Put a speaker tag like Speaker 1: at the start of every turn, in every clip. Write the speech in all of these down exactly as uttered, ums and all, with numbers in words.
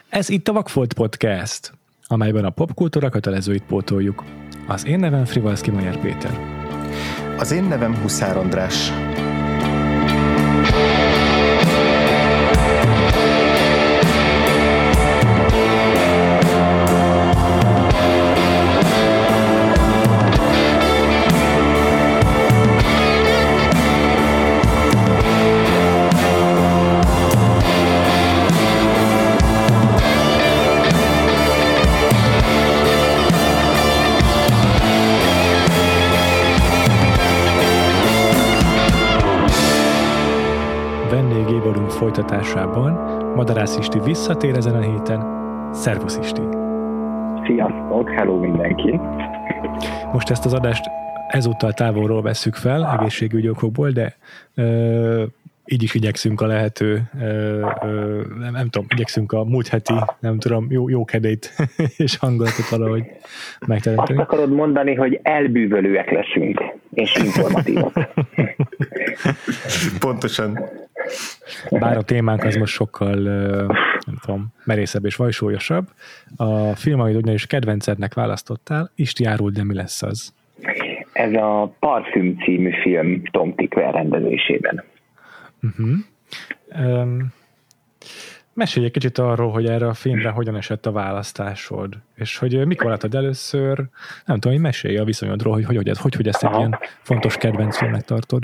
Speaker 1: Ez itt a Vakfolt Podcast, amelyben a popkultúra kötelezőit pótoljuk. Az én nevem Frivalszky Mayer Péter.
Speaker 2: Az én nevem Huszár András.
Speaker 1: Vendégéborunk folytatásában Madarász Isti visszatér ezen a héten. Szervusz Isti!
Speaker 3: Sziasztok! Hello mindenki!
Speaker 1: Most ezt az adást ezúttal távolról vesszük fel, egészségügyi okokból, de ö, így is igyekszünk a lehető, ö, ö, nem, nem tudom, igyekszünk a múlt heti, nem tudom, jó, jó kedét és hangulatot valahogy megteremteni.
Speaker 3: Azt akarod mondani, hogy elbűvölőek leszünk, és informatívak.
Speaker 2: Pontosan.
Speaker 1: Bár a témánk az most sokkal, nem tudom, merészebb és vajsólyosabb. A film, amit ugyanis kedvencednek választottál, Isti, áruld, de mi lesz az?
Speaker 3: Ez a Parfüm című film Tom Tykwer rendezésében.
Speaker 1: Uh-huh. Um, mesélj egy kicsit arról, hogy erre a filmre hogyan esett a választásod, és hogy mikor láttad először, nem tudom, hogy mesélj a viszonyodról, hogy hogy, hogy, hogy, hogy ezt egy Aha. ilyen fontos kedvenc filmnek tartod.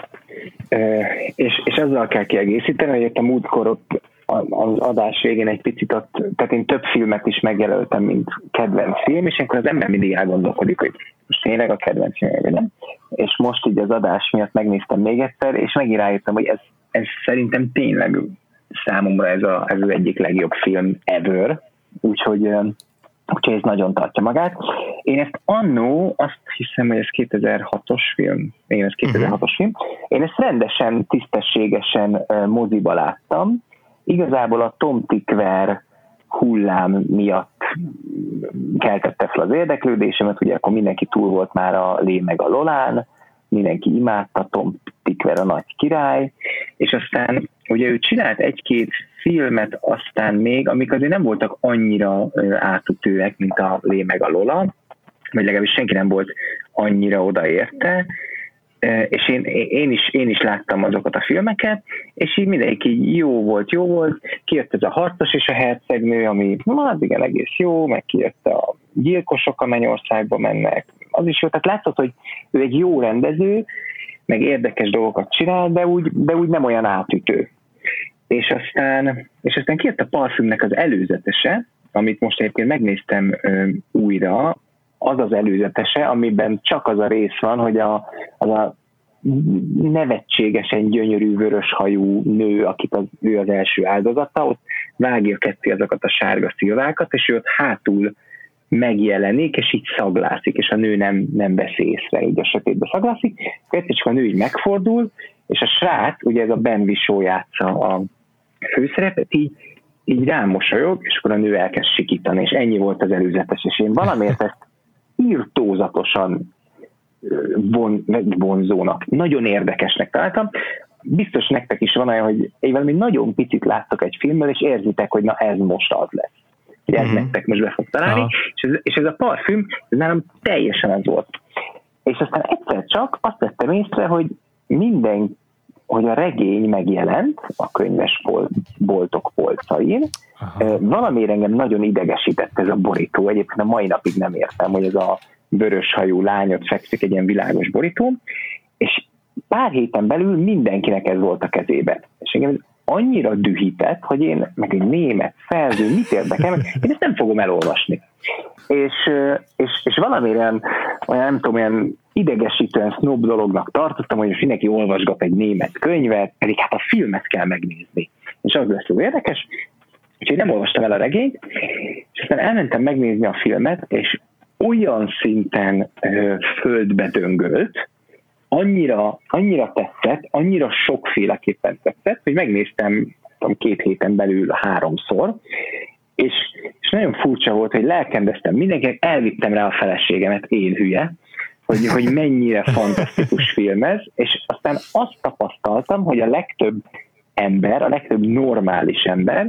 Speaker 3: Uh, és, és azzal kell kiegészíteni, hogy itt a múltkor ott az adás végén egy picit ott, tehát én több filmet is megjelöltem, mint kedvenc film, és akkor az ember mindig elgondolkodik, hogy most tényleg a kedvenc film, vagy nem. És most így az adás miatt megnéztem még egyszer, és megint rájöttem, hogy ez, ez szerintem tényleg számomra ez, a, ez az egyik legjobb film ever, úgyhogy, úgyhogy ez nagyon tartja magát. Én ezt annó, azt hiszem, hogy ez kétezer-hatos film, én ez kétezer-hatos film, én ezt rendesen, tisztességesen moziba láttam. Igazából a Tom Tykwer hullám miatt keltette fel az érdeklődésemet, ugye akkor mindenki túl volt már a Lé meg a Lolán, mindenki imádta, Tom Tykwer a nagy király, és aztán ugye ő csinált egy-két filmet aztán még, amik azért nem voltak annyira átütőek, mint a Lé meg a Lola, vagy legalábbis senki nem volt annyira odaérte, és én, én, is, én is láttam azokat a filmeket, és így mindenki jó volt, jó volt, kijött ez a Harcos és a hercegnő, ami hát igen, egész jó, meg kijött a Gyilkosok a Mennyországba mennek, az is jó, tehát látszott, hogy ő egy jó rendező, meg érdekes dolgokat csinál, de úgy, de úgy nem olyan átütő. És aztán, és aztán kijött a Parfümnek az előzetese, amit most egyébként megnéztem ö, újra, az az előzetese, amiben csak az a rész van, hogy a, az a nevetségesen gyönyörű vöröshajú nő, akit az, ő az első áldozata, ott vágja ketté azokat a sárga szilvákat, és ő ott hátul megjelenik, és így szaglászik, és a nő nem, nem vesz észre, így a sötétbe szaglászik, és csak a nő így megfordul, és a srác, ugye ez a Ben Whishaw játsza a főszerepet, így így rám mosolyog, és akkor a nő elkezd sikítani, és ennyi volt az előzetes, és én valamiért ezt írtózatosan von, vonzónak, nagyon érdekesnek találtam. Biztos nektek is van olyan, hogy én valami nagyon picit láttok egy filmből, és érzitek, hogy na ez most az lesz. Hogy ez mm-hmm. nektek most be fog találni, ah. és, ez, és ez a Parfüm, ez nálam teljesen az volt. És aztán egyszer csak azt vettem észre, hogy minden, hogy a regény megjelent a könyvesboltok polcain. Aha. Valamiért engem nagyon idegesített ez a borító. Egyébként a mai napig nem értem, hogy ez a vöröshajú lányot fekszik egy ilyen világos borító, és pár héten belül mindenkinek ez volt a kezébe. És engem ez annyira dühített, hogy én meg egy német szerző, mit érdekel, én ezt nem fogom elolvasni. És, és, és valamiért olyan, olyan, nem tudom, olyan idegesítően snob dolognak tartottam, hogy most mindenki olvasgat egy német könyvet, pedig hát a filmet kell megnézni. És az lesz az érdekes, úgyhogy nem olvastam el a regényt, és aztán elmentem megnézni a filmet, és olyan szinten ö, földbe döngölt, annyira, annyira tetszett, annyira sokféleképpen tetszett, hogy megnéztem tudom, két héten belül háromszor, és, és nagyon furcsa volt, hogy lelkendeztem mindenkinek, elvittem rá a feleségemet, én hülye, hogy, hogy mennyire fantasztikus film ez, és aztán azt tapasztaltam, hogy a legtöbb ember, a legtöbb normális ember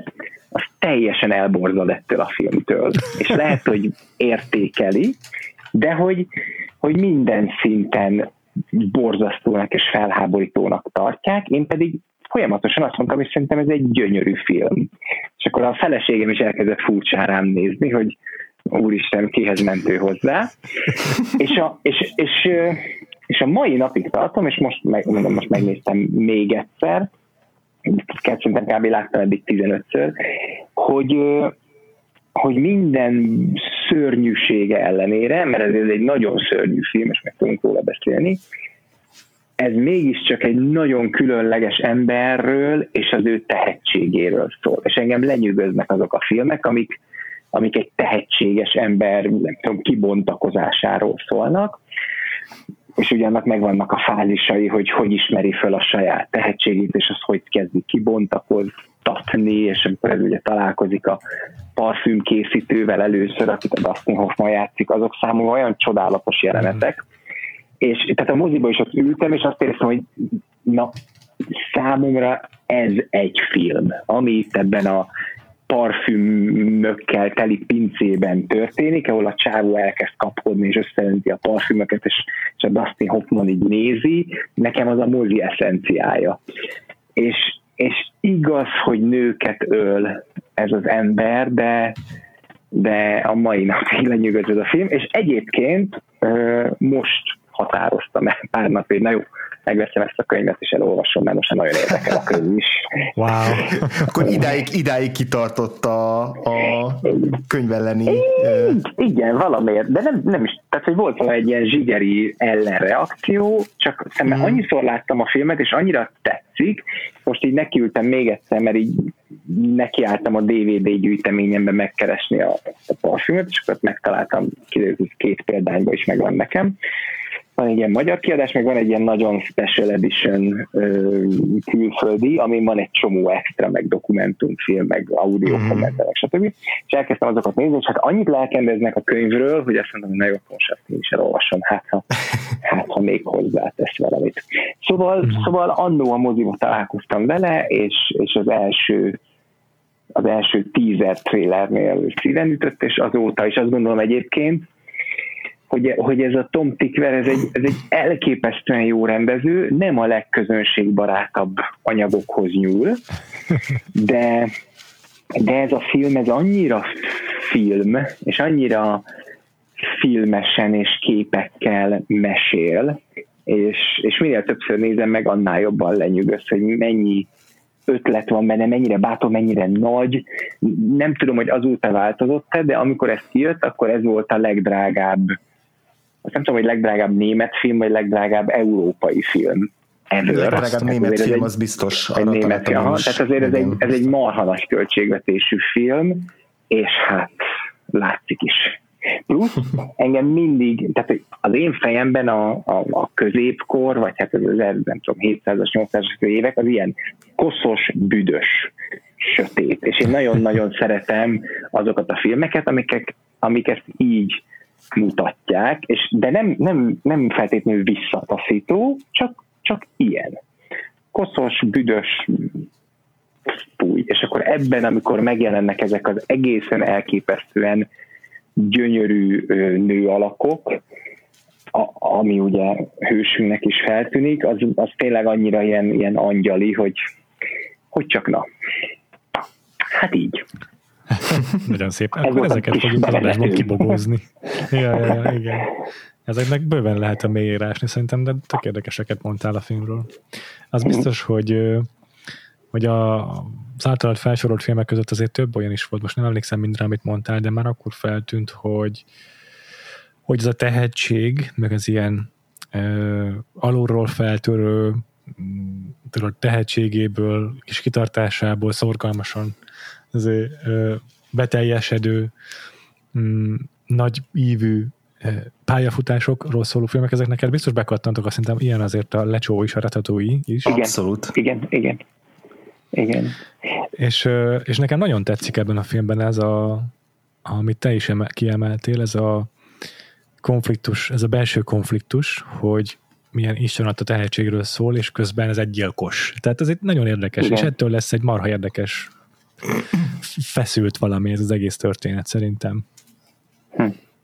Speaker 3: az teljesen elborzad ettől a filmtől. És lehet, hogy értékeli, de hogy, hogy minden szinten borzasztónak és felháborítónak tartják, én pedig folyamatosan azt mondtam, hogy szerintem ez egy gyönyörű film. És akkor a feleségem is elkezdett furcsán rám nézni, hogy úristen, kihez mentő hozzá. és, a, és, és, és a mai napig tartom, és most, meg, mondom, most megnéztem még egyszer, szerintem kb. Láttam eddig tizenötször, hogy, hogy minden szörnyűsége ellenére, mert ez egy nagyon szörnyű film, és meg tudunk róla beszélni, ez mégiscsak egy nagyon különleges emberről és az ő tehetségéről szól. És engem lenyűgöznek azok a filmek, amik, amik egy tehetséges ember, nem tudom, kibontakozásáról szólnak, és ugyanak megvannak a fázisai, hogy hogy ismeri föl a saját tehetségét, és az hogy kezdi kibontakoztatni, és amikor ez ugye találkozik a parfümkészítővel először, akit a Dustin Hoffman játszik, azok számomra olyan csodálatos jelenetek, és tehát a moziba is ott ültem, és azt éreztem, hogy na, számomra ez egy film, ami itt ebben a parfümökkel teli pincében történik, ahol a csávó elkezd kapkodni, és összeönti a parfümöket, és, és a Dustin Hoffman így nézi, nekem az a mozi eszenciája. És, és igaz, hogy nőket öl ez az ember, de, de a mai napig lenyűgöz ez a film, és egyébként most határoztam el pár nap, hogy na jó, megveszem ezt a könyvet, és elolvasom, mert most nagyon érdekel a könyv is.
Speaker 2: Wow. Akkor idáig, idáig kitartott a, a könyv elleni...
Speaker 3: Igen, valamiért, de nem, nem is, tehát hogy volt valami egy ilyen zsigeri ellenreakció, csak szemben hmm. annyiszor láttam a filmet, és annyira tetszik, most így nekiültem még egyszer, mert így nekiálltam a dé vé dé gyűjteményemben megkeresni a, a parfümöt, és akkor megtaláltam, kiderült, két példányban is megvan nekem. Van egy ilyen magyar kiadás, meg van egy ilyen nagyon special edition ö, külföldi, amin van egy csomó extra, meg dokumentumfilm, meg audio mm-hmm. kommentelek, stb. És elkezdtem azokat nézni, és hát annyit lelkendeznek a könyvről, hogy azt mondom, hogy na jó, most ezt én is elolvasom, hát ha, hát, ha még hozzátesz valamit. Szóval, mm-hmm. szóval annó a moziba találkoztam vele, és, és az első az első teaser trailernél szíven ütött, és azóta is azt gondolom egyébként, Hogy, hogy ez a Tom Tykwer, ez egy, ez egy elképesztően jó rendező, nem a legközönségbarátabb anyagokhoz nyúl, de, de ez a film, ez annyira film, és annyira filmesen és képekkel mesél, és, és minél többször nézem meg, annál jobban lenyűgöz, hogy mennyi ötlet van benne, mennyire bátor, mennyire nagy. Nem tudom, hogy azóta változott-e, de amikor ez kijött, akkor ez volt a legdrágább, azt nem tudom, hogy legdrágább német film, vagy legdrágább európai film. Ever.
Speaker 2: Legdrágább német film, egy, az biztos.
Speaker 3: Egy német film, aha, tehát azért ez egy, ez egy marha nagy költségvetésű film, és hát látszik is. Plusz engem mindig, tehát az én fejemben a, a, a középkor, vagy hát az nem tudom, hétszázas, nyolcszázas évek, az ilyen koszos, büdös, sötét. És én nagyon-nagyon szeretem azokat a filmeket, amiket, amiket így mutatják, és, de nem, nem, nem feltétlenül visszataszító, csak, csak ilyen. Koszos, büdös, fúj. És akkor ebben, amikor megjelennek ezek az egészen elképesztően gyönyörű nő alakok, a, ami ugye hősünknek is feltűnik, az, az tényleg annyira ilyen, ilyen angyali, hogy, hogy csak na. Hát így.
Speaker 1: Nagyon szép. Akkor ezeket fogjuk az adásban kibogózni. Ja, ja, ja, igen. Ezeknek bőven lehet a mélyére ásni szerintem, de tök érdekeseket mondtál a filmről. Az biztos, hogy, hogy a, az általad felsorolt filmek között azért több olyan is volt, most nem emlékszem mindre, amit mondtál, de már akkor feltűnt, hogy, hogy ez a tehetség, meg az ilyen ö, alulról feltörő tudod, tehetségéből és kitartásából szorgalmasan azért, ö, beteljesedő m, nagy ívű pályafutásokról szóló filmek, ezek neked biztos bekattantok, azt szerintem ilyen azért a Lecsó is, a Ratatouille is.
Speaker 3: Igen,
Speaker 2: abszolút.
Speaker 3: Igen, igen. Igen.
Speaker 1: És, és nekem nagyon tetszik ebben a filmben ez a, amit te is kiemeltél, ez a konfliktus, ez a belső konfliktus, hogy milyen Isten adta tehetségről szól, és közben ez egy gyilkos. Tehát ez egy nagyon érdekes, igen. És ettől lesz egy marha érdekes feszült valami ez az egész történet szerintem.
Speaker 3: Hm.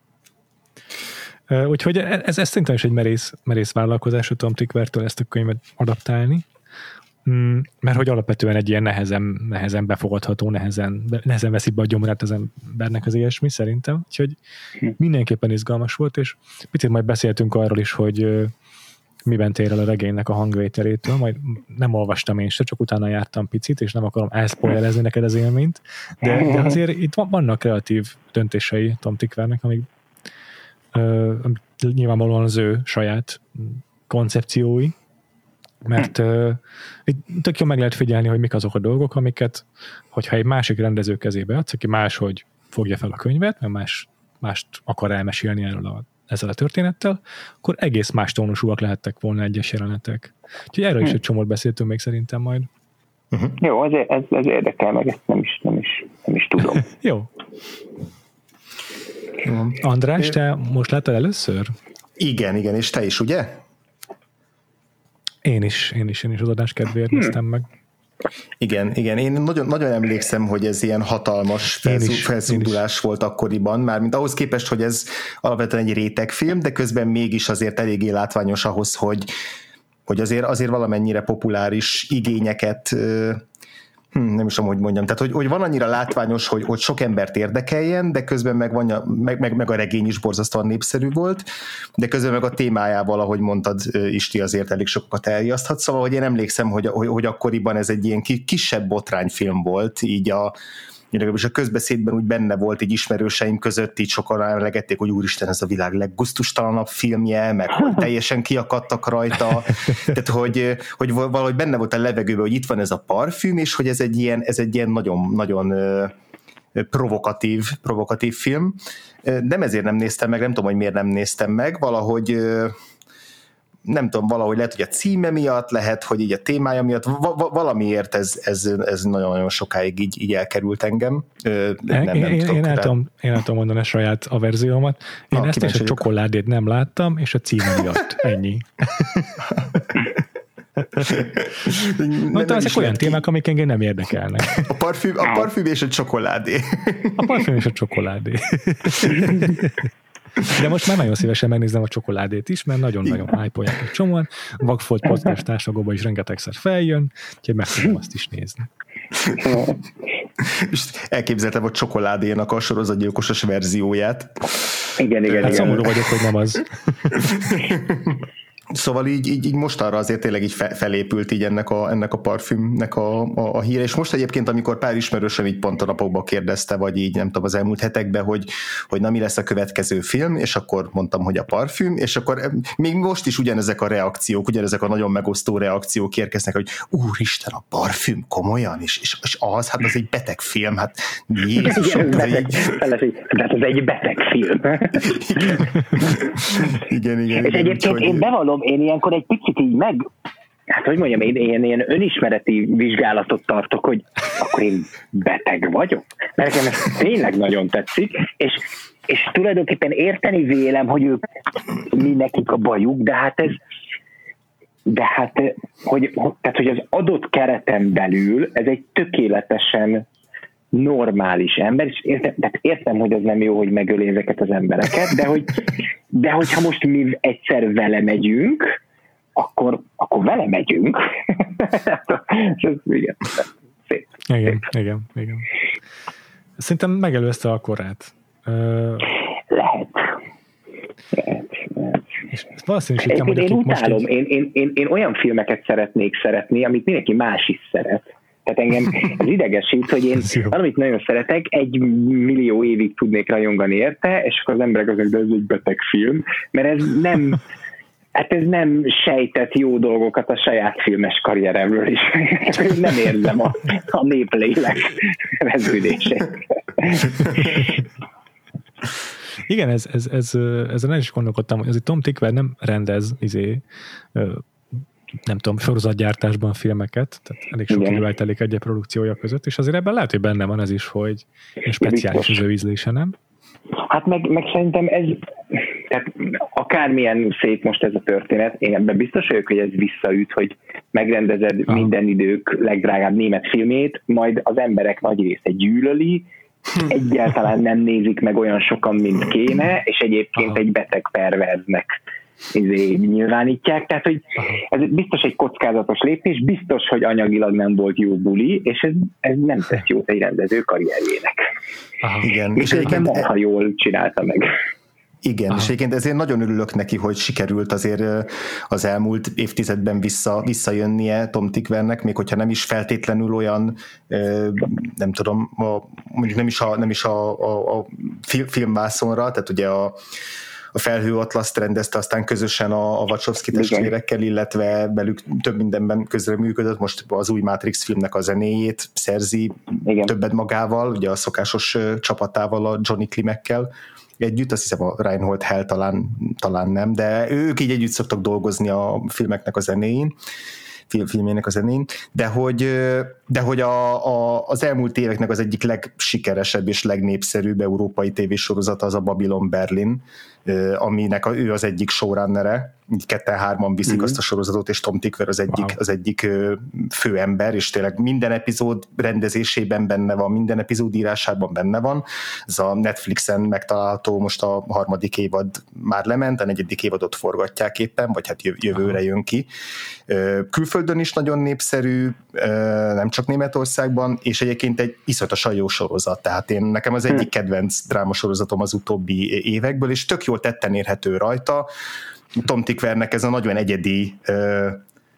Speaker 1: Úgyhogy ez, ez szerintem is egy merész, merész vállalkozás a Tom Tykwertől ezt a könyvet adaptálni, mert hogy alapvetően egy ilyen nehezen, nehezen befogadható, nehezen, nehezen veszik be a gyomrát az embernek az ilyesmi szerintem, úgyhogy mindenképpen izgalmas volt, és picit majd beszéltünk arról is, hogy miben tér el a regénynek a hangvételétől, majd nem olvastam én se, csak utána jártam picit, és nem akarom elszpoilerezni neked az élményt, de, de azért itt vannak kreatív döntései Tom Tykwernek, amik uh, nyilvánvalóan az ő saját koncepciói, mert uh, itt tök jól meg lehet figyelni, hogy mik azok a dolgok, amiket, hogyha egy másik rendező kezébe adsz, aki máshogy fogja fel a könyvet, mert más, mást akar elmesélni erről a, ezzel a történettel, akkor egész más tónusúak lehettek volna egyes jelenetek. Úgyhogy erről is egy csomót beszéltünk még szerintem majd.
Speaker 3: Uh-huh. Jó, ez, ez, ez érdekel meg, ezt nem is, nem is, nem is tudom.
Speaker 1: Jó. András, te most láttad először?
Speaker 2: Igen, igen, és te is, ugye?
Speaker 1: Én is, én is, én is az adás kedvéért hmm. néztem meg.
Speaker 2: Igen, igen, én nagyon, nagyon emlékszem, hogy ez ilyen hatalmas felszúdulás volt akkoriban, mármint ahhoz képest, hogy ez alapvetően egy rétegfilm, de közben mégis azért eléggé látványos ahhoz, hogy, hogy azért, azért valamennyire populáris igényeket, hm, nem is tudom, hogy mondjam, tehát hogy, hogy van annyira látványos, hogy, hogy sok embert érdekeljen, de közben meg, van, meg, meg, meg a regény is borzasztóan népszerű volt, de közben meg a témájával, ahogy mondtad, Isti, azért elég sokat elriaszthat, szóval hogy én emlékszem, hogy, hogy, hogy akkoriban ez egy ilyen kisebb botrányfilm volt, így a és a közbeszédben úgy benne volt, így ismerőseim között, így sokan emlegették, hogy úristen, ez a világ leggusztustalanabb filmje, meg hogy teljesen kiakadtak rajta, tehát hogy, hogy valahogy benne volt a levegőben, hogy itt van ez a parfüm, és hogy ez egy ilyen, ez egy ilyen nagyon, nagyon provokatív, provokatív film. Nem ezért nem néztem meg, nem tudom, hogy miért nem néztem meg, valahogy nem tudom, valahogy lehet, hogy a címe miatt, lehet, hogy így a témája miatt, va- valamiért ez, ez, ez nagyon-nagyon sokáig így, így elkerült engem. Nem, nem,
Speaker 1: én,
Speaker 2: tudom,
Speaker 1: én, el tudom, én el tudom mondani a saját a verziómat. Én Na, ezt és a csokoládét nem láttam, és a címe miatt. Ennyi. Mondtam, ezek olyan témák, ki. amik engem nem érdekelnek.
Speaker 2: A parfüm, a parfüm és a csokoládé.
Speaker 1: A parfüm és a csokoládé. De most már nagyon szívesen megnézem a csokoládét is, mert nagyon-nagyon hype-olják egy csomóan. Vagfolt podcast társadalomban is rengetegszer feljön, úgyhogy meg tudom azt is nézni.
Speaker 2: És elképzeltem a csokoládénak a sorozatgyilkosos verzióját.
Speaker 3: Igen, igen,
Speaker 1: hát
Speaker 3: igen.
Speaker 1: szomorú vagyok, hogy nem az.
Speaker 2: Szóval így, így, így mostanra azért tényleg így fe, felépült így ennek a, ennek a parfümnek a, a, a híre, és most egyébként, amikor pár ismerősöm így pont a napokban kérdezte, vagy így nem tudom, az elmúlt hetekben, hogy, hogy na mi lesz a következő film, és akkor mondtam, hogy a parfüm, és akkor még most is ugyanezek a reakciók, ugyanezek a nagyon megosztó reakciók érkeznek, hogy úristen, a parfüm, komolyan, és, és, és az, hát az egy beteg film, hát Jézusom.
Speaker 3: Igen, beteg, de hát az egy beteg film.
Speaker 2: Igen, igen, igen.
Speaker 3: És igen, egyébként hogy... én bevallom, én ilyenkor egy picit így meg, hát hogy mondjam, én ilyen, ilyen önismereti vizsgálatot tartok, hogy akkor én beteg vagyok, mert nekem ez tényleg nagyon tetszik, és, és tulajdonképpen érteni vélem, hogy ők mi nekik a bajuk, de hát ez, de hát, hogy, tehát, hogy az adott kereten belül ez egy tökéletesen normális ember, és értem, tehát értem, hogy az nem jó, hogy megöli ezeket az embereket, de hogy de hogyha most mi egyszer vele megyünk, akkor, akkor vele megyünk. igen, szép,
Speaker 1: igen, szép. igen, igen. Szerintem megelőzte a korát.
Speaker 3: Lehet. Lehet. Lehet.
Speaker 1: És valószínűsítem, hogy
Speaker 3: én, én utálom,
Speaker 1: így...
Speaker 3: én, én, én, én olyan filmeket szeretnék szeretni, amit mindenki más is szeret. Tehát engem ez idegesít, hogy én valamit nagyon szeretek, egy millió évig tudnék rajongani érte, és akkor az emberek azok, de ez egy beteg film, mert ez nem, hát ez nem sejtett jó dolgokat a saját filmes karrieremről is. Nem érzem a, a néplélek reződését.
Speaker 1: Igen, ez, ez, ez, ezzel nem is gondolkodtam, hogy azért Tom Tykwer nem rendez izé, nem tudom, sorozatgyártásban filmeket, tehát elég sok idő eltelik egy produkciója között, és azért ebben lehet, hogy benne van ez is, hogy speciális az ő ízlése, nem?
Speaker 3: Hát meg, meg szerintem ez, tehát akármilyen szép most ez a történet, én ebben biztos vagyok, hogy ez visszaüt, hogy megrendezed Aha. minden idők legdrágább német filmét, majd az emberek nagy része gyűlöli, egyáltalán nem nézik meg olyan sokan, mint kéne, és egyébként Aha. egy beteg perverznek izé, nyilvánítják, tehát hogy ez biztos egy kockázatos lépés, biztos, hogy anyagilag nem volt jó buli, és ez, ez nem tesz jót egy rendező karrierjének.
Speaker 2: Aha, igen.
Speaker 3: És ez nem marha jól csinálta meg.
Speaker 2: Igen, Aha. és egyébként ezért nagyon örülök neki, hogy sikerült azért az elmúlt évtizedben vissza, visszajönnie Tom Tykwernek, még hogyha nem is feltétlenül olyan, nem tudom, a, mondjuk nem is a, nem is a, a, a filmvászonra, tehát ugye a A Felhő Atlaszt rendezte aztán közösen a, a Wachowski testvérekkel, illetve belük több mindenben közreműködött, most az új Matrix filmnek a zenéjét szerzi Igen. többet magával, ugye a szokásos csapatával, a Johnny Klimekkel együtt, azt hiszem a Reinhold Hell talán, talán nem, de ők így együtt szoktak dolgozni a filmeknek a zenéin, filmjének a zenén, de hogy, de hogy a, a, az elmúlt éveknek az egyik legsikeresebb és legnépszerűbb európai tévésorozata az a Babylon Berlin, aminek a, ő az egyik showrunnere, így ketten-hárman viszik mm-hmm. azt a sorozatot, és Tom Tykwer az egyik, wow. az egyik főember, és tényleg minden epizód rendezésében benne van, minden epizód írásában benne van. Ez a Netflixen megtalálható, most a harmadik évad már lement, a negyedik évadot forgatják éppen, vagy hát jövőre jön ki. Külföldön is nagyon népszerű, nem csak Németországban, és egyébként egy iszonyatosan jó sorozat, tehát én, nekem az egyik kedvenc drámasorozatom az utóbbi évekből, és tök jól tetten érhető rajta. Tom Tykwernek ez a nagyon egyedi ö,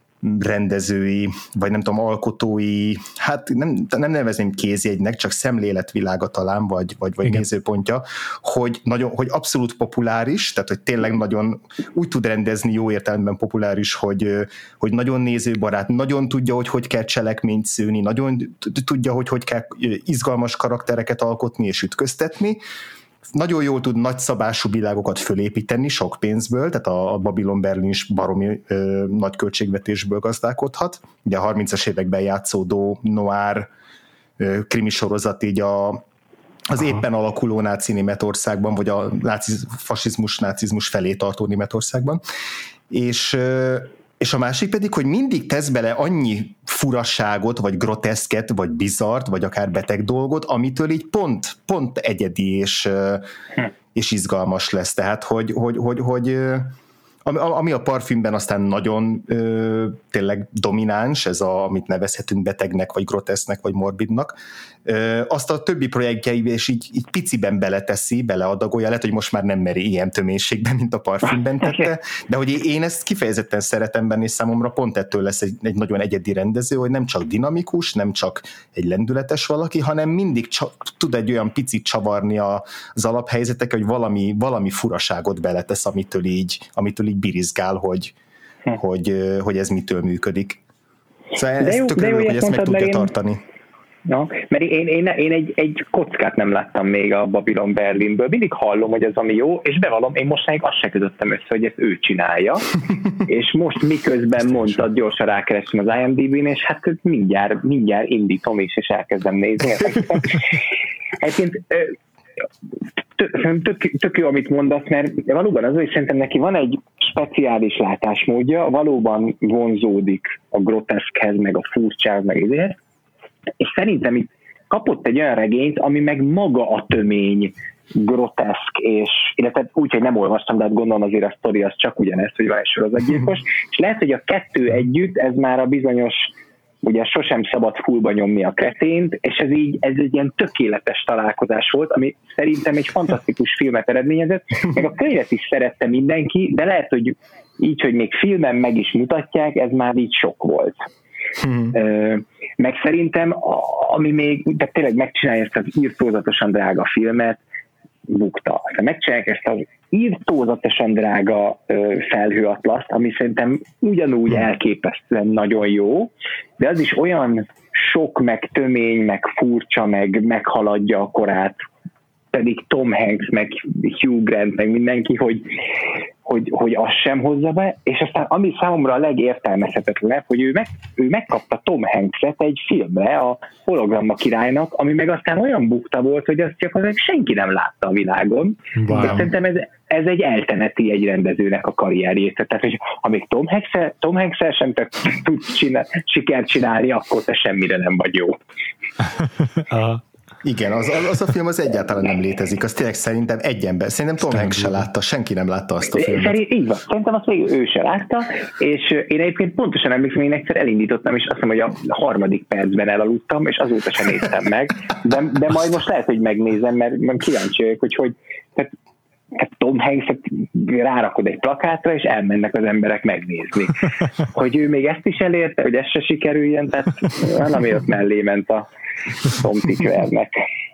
Speaker 2: rendezői, vagy nem tudom, alkotói, hát nem, nem nevezném kézjegynek, csak szemléletvilága talán, vagy, vagy, vagy nézőpontja, hogy, nagyon, hogy abszolút populáris, tehát hogy tényleg nagyon úgy tud rendezni jó értelemben populáris, hogy, hogy nagyon nézőbarát, nagyon tudja, hogy hogy kell cselekményt szőni, nagyon tudja, hogy hogy kell izgalmas karaktereket alkotni és ütköztetni, nagyon jól tud nagyszabású világokat fölépíteni sok pénzből, tehát a, a Babylon Berlin is baromi ö, nagy költségvetésből gazdálkodhat. Ugye a harmincas években játszódó noir ö, krimi sorozat így a, az Aha. éppen alakuló náci Németországban, vagy a náci, fasizmus, nácizmus felé tartó Németországban. És ö, És a másik pedig, hogy mindig tesz bele annyi furaságot, vagy groteszket, vagy bizart, vagy akár beteg dolgot, amitől így pont, pont egyedi és, hm. és izgalmas lesz. Tehát, hogy, hogy, hogy, hogy ami a parfümben aztán nagyon ö, tényleg domináns, ez a, amit nevezhetünk betegnek, vagy grotesznek, vagy morbidnak, ö, azt a többi projektjeibe és így, így piciben beleteszi, beleadagolja, lehet, hogy most már nem meri ilyen töménységben, mint a parfümben tette, de hogy én ezt kifejezetten szeretem benne, és számomra pont ettől lesz egy, egy nagyon egyedi rendező, hogy nem csak dinamikus, nem csak egy lendületes valaki, hanem mindig csak tud egy olyan picit csavarni az alaphelyzetek, hogy valami, valami furaságot beletesz, amitől így, amitől így birizgál, hogy, hm. hogy, hogy ez mitől működik. Szóval ez
Speaker 3: jó,
Speaker 2: tök örülök, hogy ezt meg tudja én, tartani.
Speaker 3: Na, mert én, én, én egy, egy kockát nem láttam még a Babylon Berlinből. Mindig hallom, hogy az ami jó, és bevallom, én mostanáig azt se közöttem össze, hogy ezt ő csinálja. És most miközben mondtad, gyorsan rákerestem az IMDb-n, és hát mindjárt, mindjárt indítom is, és elkezdem nézni. Egyébként Tök, tök jó, amit mondasz, mert valóban az, hogy szerintem neki van egy speciális látásmódja, valóban vonzódik a groteszkhez, meg a furcsához, meg ezért, és szerintem itt kapott egy olyan regényt, ami meg maga a tömény groteszk, és illetve úgy, hogy nem olvastam, de hát gondolom azért a sztori az csak ugyanez, hogy van egy sorozatgyilkos, és lehet, hogy a kettő együtt, ez már a bizonyos ugye sosem szabad fullba nyomni a kretént, és ez így, ez egy ilyen tökéletes találkozás volt, ami szerintem egy fantasztikus filmet eredményezett, meg a könyvet is szerette mindenki, de lehet, hogy így, hogy még filmen meg is mutatják, ez már így sok volt. Hmm. Meg szerintem, ami még, de tényleg megcsinálja ezt az írtózatosan drága filmet, bukta. Aztán megcsinálják ezt az írtózatosan drága felhőatlaszt, ami szerintem ugyanúgy elképesztően nagyon jó, de az is olyan sok, meg tömény, meg furcsa, meg meghaladja a korát, pedig Tom Hanks, meg Hugh Grant, meg mindenki, hogy, hogy, hogy azt sem hozza be, és aztán ami számomra a legértelmezhetetlenebb, hogy ő, meg, ő megkapta Tom Hanks-et egy filmre, a Hologramma királynak, ami meg aztán olyan bukta volt, hogy azt csak senki nem látta a világon. Wow. És szerintem ez, ez egy elteneti egy rendezőnek a karrierjét. Tehát, hogy amíg Tom Hanks-el, Tom Hanks-el sem te tudsz csinál, sikert csinálni, akkor te semmire nem vagy jó.
Speaker 2: Aha. Igen, az, az a film az egyáltalán nem létezik, az tényleg szerintem egy ember, szerintem Tom Hanks se látta, senki nem látta azt a filmet.
Speaker 3: Szerint, így van, szerintem azt még ő se látta, és én egyébként pontosan emlékszem, én egyszer elindítottam, és azt hiszem, hogy a harmadik percben elaludtam, és azóta sem néztem meg, de, de majd most lehet, hogy megnézem, mert, mert kíváncsi vagyok, hogy hogy tehát, hát Tom Hanks-et rárakod egy plakátra, és elmennek az emberek megnézni. Hogy ő még ezt is elérte, hogy ez se sikerüljen, tehát valami ott mellé ment a Tom Tickvernek.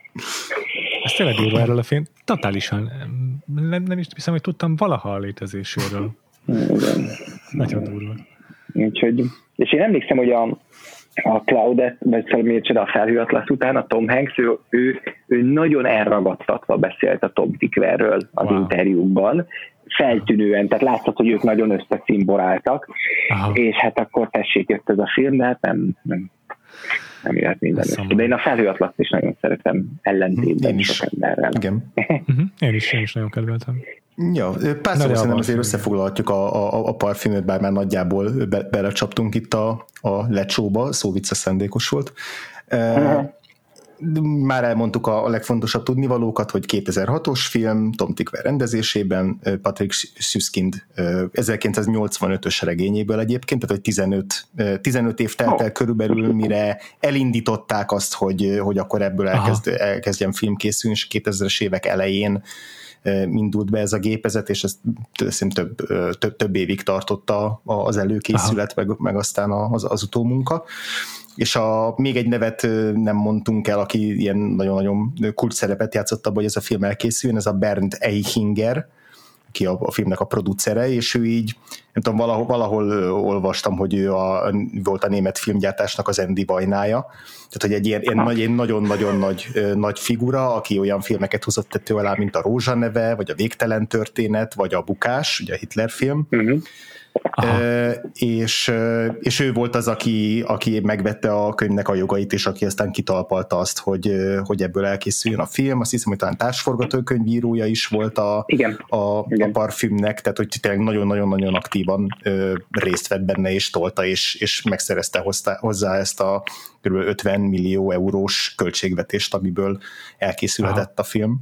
Speaker 1: Ez tényleg durva erről a film. Totálisan. Nem, nem is hiszem, hogy tudtam valaha a létezéséről.
Speaker 3: Igen.
Speaker 1: Nagyon durva.
Speaker 3: Úgyhogy, és én emlékszem, hogy a, a Claudette, vagy szóval a Felhő Atlasz után a Tom Hanks, ő, ő, ő nagyon elragadtatva beszélt a Tom Tickverről az wow. interjúkban. Feltűnően, tehát látszott, hogy ők nagyon összeszimboráltak, és hát akkor tessék, jött ez a film, de hát nem, nem nem jöhet minden össze. De én a Felhő Atlaszt is nagyon szeretem, ellentétben sok emberrel.
Speaker 2: Igen.
Speaker 1: én, is, én is nagyon kedveltem.
Speaker 2: Ja, pár szóval szerintem azért összefoglalhatjuk a, a, a parfümöt, bár már nagyjából be, belecsaptunk itt a, a lecsóba, szó vicca szándékos volt. Uh-huh. Már elmondtuk a, a legfontosabb tudnivalókat, hogy kétezer-hatos film, Tom Tykwer rendezésében, Patrick Süskind ezerkilencszáznyolcvanötös regényéből egyébként, tehát hogy tizenöt, tizenöt év telt el körülbelül, mire elindították azt, hogy, hogy akkor ebből elkezd, elkezdjen film készülni, és kétezres évek elején indult be ez a gépezet, és ez több, több, több évig tartotta az előkészület, meg, meg aztán az, az utómunka. És a, még egy nevet nem mondtunk el, aki ilyen nagyon-nagyon kult szerepet játszott abban, hogy ez a film elkészüljön, ez a Bernd Eichinger, aki a, a filmnek a producere, és ő így, nem tudom, valahol, valahol olvastam, hogy ő a, volt a német filmgyártásnak az Andy Vajnája, tehát hogy egy ilyen, ilyen, egy nagyon-nagyon nagy, nagy figura, aki olyan filmeket hozott tető alá, mint a Rózsa neve, vagy a Végtelen történet, vagy a Bukás, ugye a Hitler film. Uh-huh. Uh, és, és ő volt az, aki, aki megvette a könyvnek a jogait, és aki aztán kitalpalta azt, hogy, hogy ebből elkészüljön a film. Azt hiszem, hogy talán társforgatókönyvírója is volt a,
Speaker 3: Igen.
Speaker 2: a,
Speaker 3: Igen.
Speaker 2: a parfümnek, tehát hogy tényleg nagyon-nagyon-nagyon aktívan ö, részt vett benne, és tolta, és, és megszerezte hozzá, hozzá ezt a kb. ötven millió eurós költségvetést, amiből elkészülhetett a film.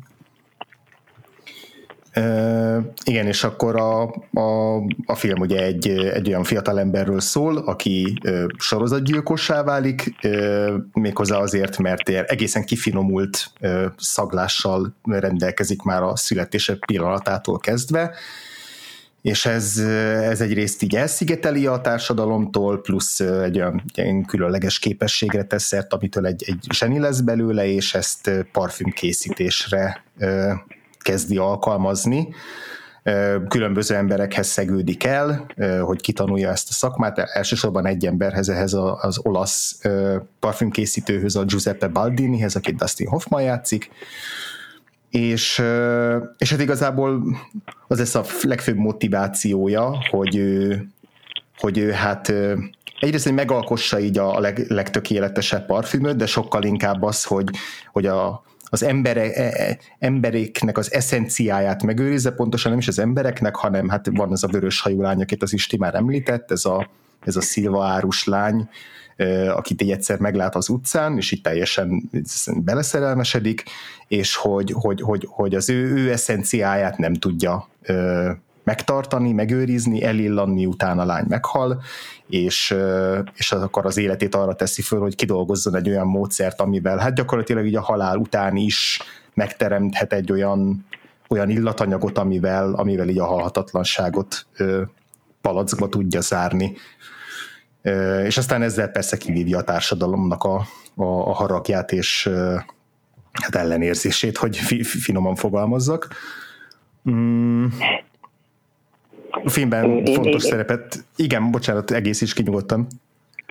Speaker 2: Uh, igen, és akkor a, a, a film ugye egy, egy olyan fiatalemberről szól, aki uh, sorozatgyilkossá válik, uh, méghozzá azért, mert egészen kifinomult uh, szaglással rendelkezik már a születése pillanatától kezdve, és ez, ez egyrészt így elszigeteli a társadalomtól, plusz egy olyan, egy különleges képességre tesz szert, amitől egy, egy zseni lesz belőle, és ezt parfümkészítésre uh, kezdi alkalmazni, különböző emberekhez szegődik el, hogy kitanulja ezt a szakmát, elsősorban egy emberhez, ehhez az olasz parfümkészítőhöz, a Giuseppe Baldinihez, akit Dustin Hoffman játszik, és, és hát igazából az lesz a legfőbb motivációja, hogy ő, hogy ő hát egyrészt, hogy megalkossa így a leg, legtökéletesebb parfümöt, de sokkal inkább az, hogy, hogy a az embere, embereknek az eszenciáját megőrizze, pontosan nem is az embereknek, hanem hát van ez a vörös hajú lány, akit az Isti már említett, ez a, ez a szilva árus lány, akit így egyszer meglát az utcán, és így teljesen beleszerelmesedik, és hogy, hogy, hogy, hogy az ő, ő eszenciáját nem tudja megtartani, megőrizni, elillanni, utána a lány meghal, és, és akkor az életét arra teszi föl, hogy kidolgozzon egy olyan módszert, amivel hát gyakorlatilag így a halál után is megteremthet egy olyan, olyan illatanyagot, amivel, amivel így a halhatatlanságot palackba tudja zárni. És aztán ezzel persze kivívja a társadalomnak a, a, a haragját és hát ellenérzését, hogy fi, finoman fogalmazzak. Mm. A filmben én, fontos én, szerepet, igen, bocsánat, egész is kinyugodtan.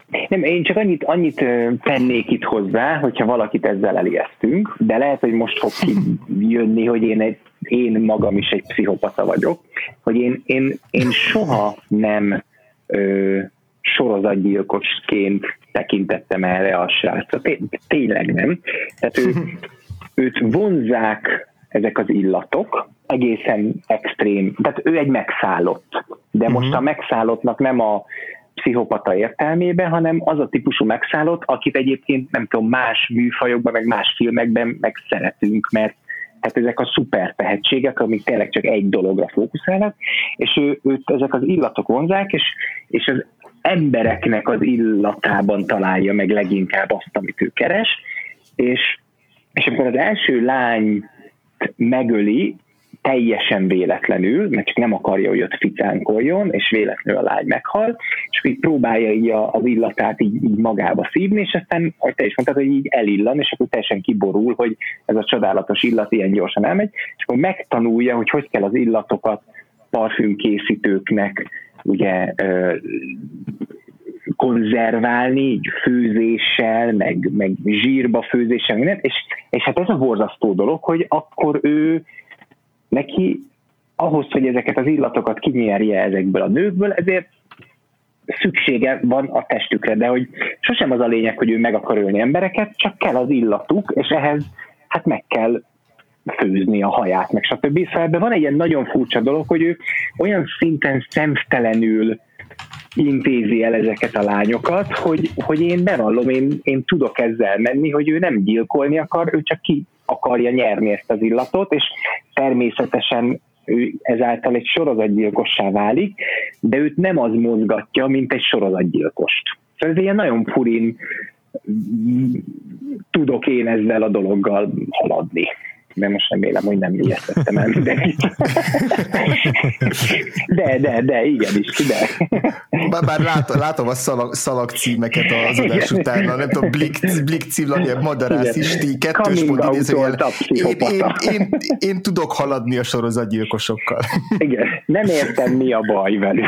Speaker 3: Nem, én csak annyit, annyit tennék itt hozzá, hogyha valakit ezzel elijesztünk, de lehet, hogy most fog kijönni, hogy én, egy, én magam is egy pszichopata vagyok, hogy én, én, én soha nem ö, sorozatgyilkosként tekintettem erre a srácra. Tényleg nem. Tehát ő, őt vonzzák ezek az illatok, egészen extrém, tehát ő egy megszállott, de most uh-huh. a megszállottnak nem a pszichopata értelmében, hanem az a típusú megszállott, akit egyébként nem tudom, más műfajokban, meg más filmekben meg szeretünk, mert hát ezek a szuper tehetségek, amik tényleg csak egy dologra fókuszálnak, és ő, őt ezek az illatok vonzák, és, és az embereknek az illatában találja meg leginkább azt, amit ő keres, és, és amikor az első lány megöli, teljesen véletlenül, mert csak nem akarja, hogy ott ficánkoljon, és véletlenül a lány meghal, és így próbálja így a, az illatát így, így magába szívni, és aztán, ahogy te is mondtad, hogy így elillan, és akkor teljesen kiborul, hogy ez a csodálatos illat ilyen gyorsan elmegy, és akkor megtanulja, hogy hogy kell az illatokat parfümkészítőknek ugye ö, konzerválni, főzéssel, meg, meg zsírba főzéssel, minden, és, és hát ez a borzasztó dolog, hogy akkor ő neki ahhoz, hogy ezeket az illatokat kinyerje ezekből a nőkből, ezért szüksége van a testükre, de hogy sosem az a lényeg, hogy ő meg akar ölni embereket, csak kell az illatuk, és ehhez hát meg kell főzni a haját, meg stb. Szóval ebben van egy ilyen nagyon furcsa dolog, hogy ő olyan szinten szemtelenül intézi el ezeket a lányokat, hogy, hogy én bevallom, én, én tudok ezzel menni, hogy ő nem gyilkolni akar, ő csak ki akarja nyerni ezt az illatot, és természetesen ő ezáltal egy sorozatgyilkossá válik, de őt nem az mozgatja, mint egy sorozatgyilkost. Szóval ez ilyen nagyon furin tudok én ezzel a dologgal haladni. De most remélem, hogy nem ijesztettem el mindenkit. De, de, de, igenis, de.
Speaker 2: Bár, bár látom, látom a szalag, szalag címeket az adás után, nem tudom, Blik, Blik címlapja, Madarász Isti, kettős pont idézőjel. Én, én, én, én tudok haladni a sorozatgyilkosokkal.
Speaker 3: Igen, nem értem, mi a baj velük.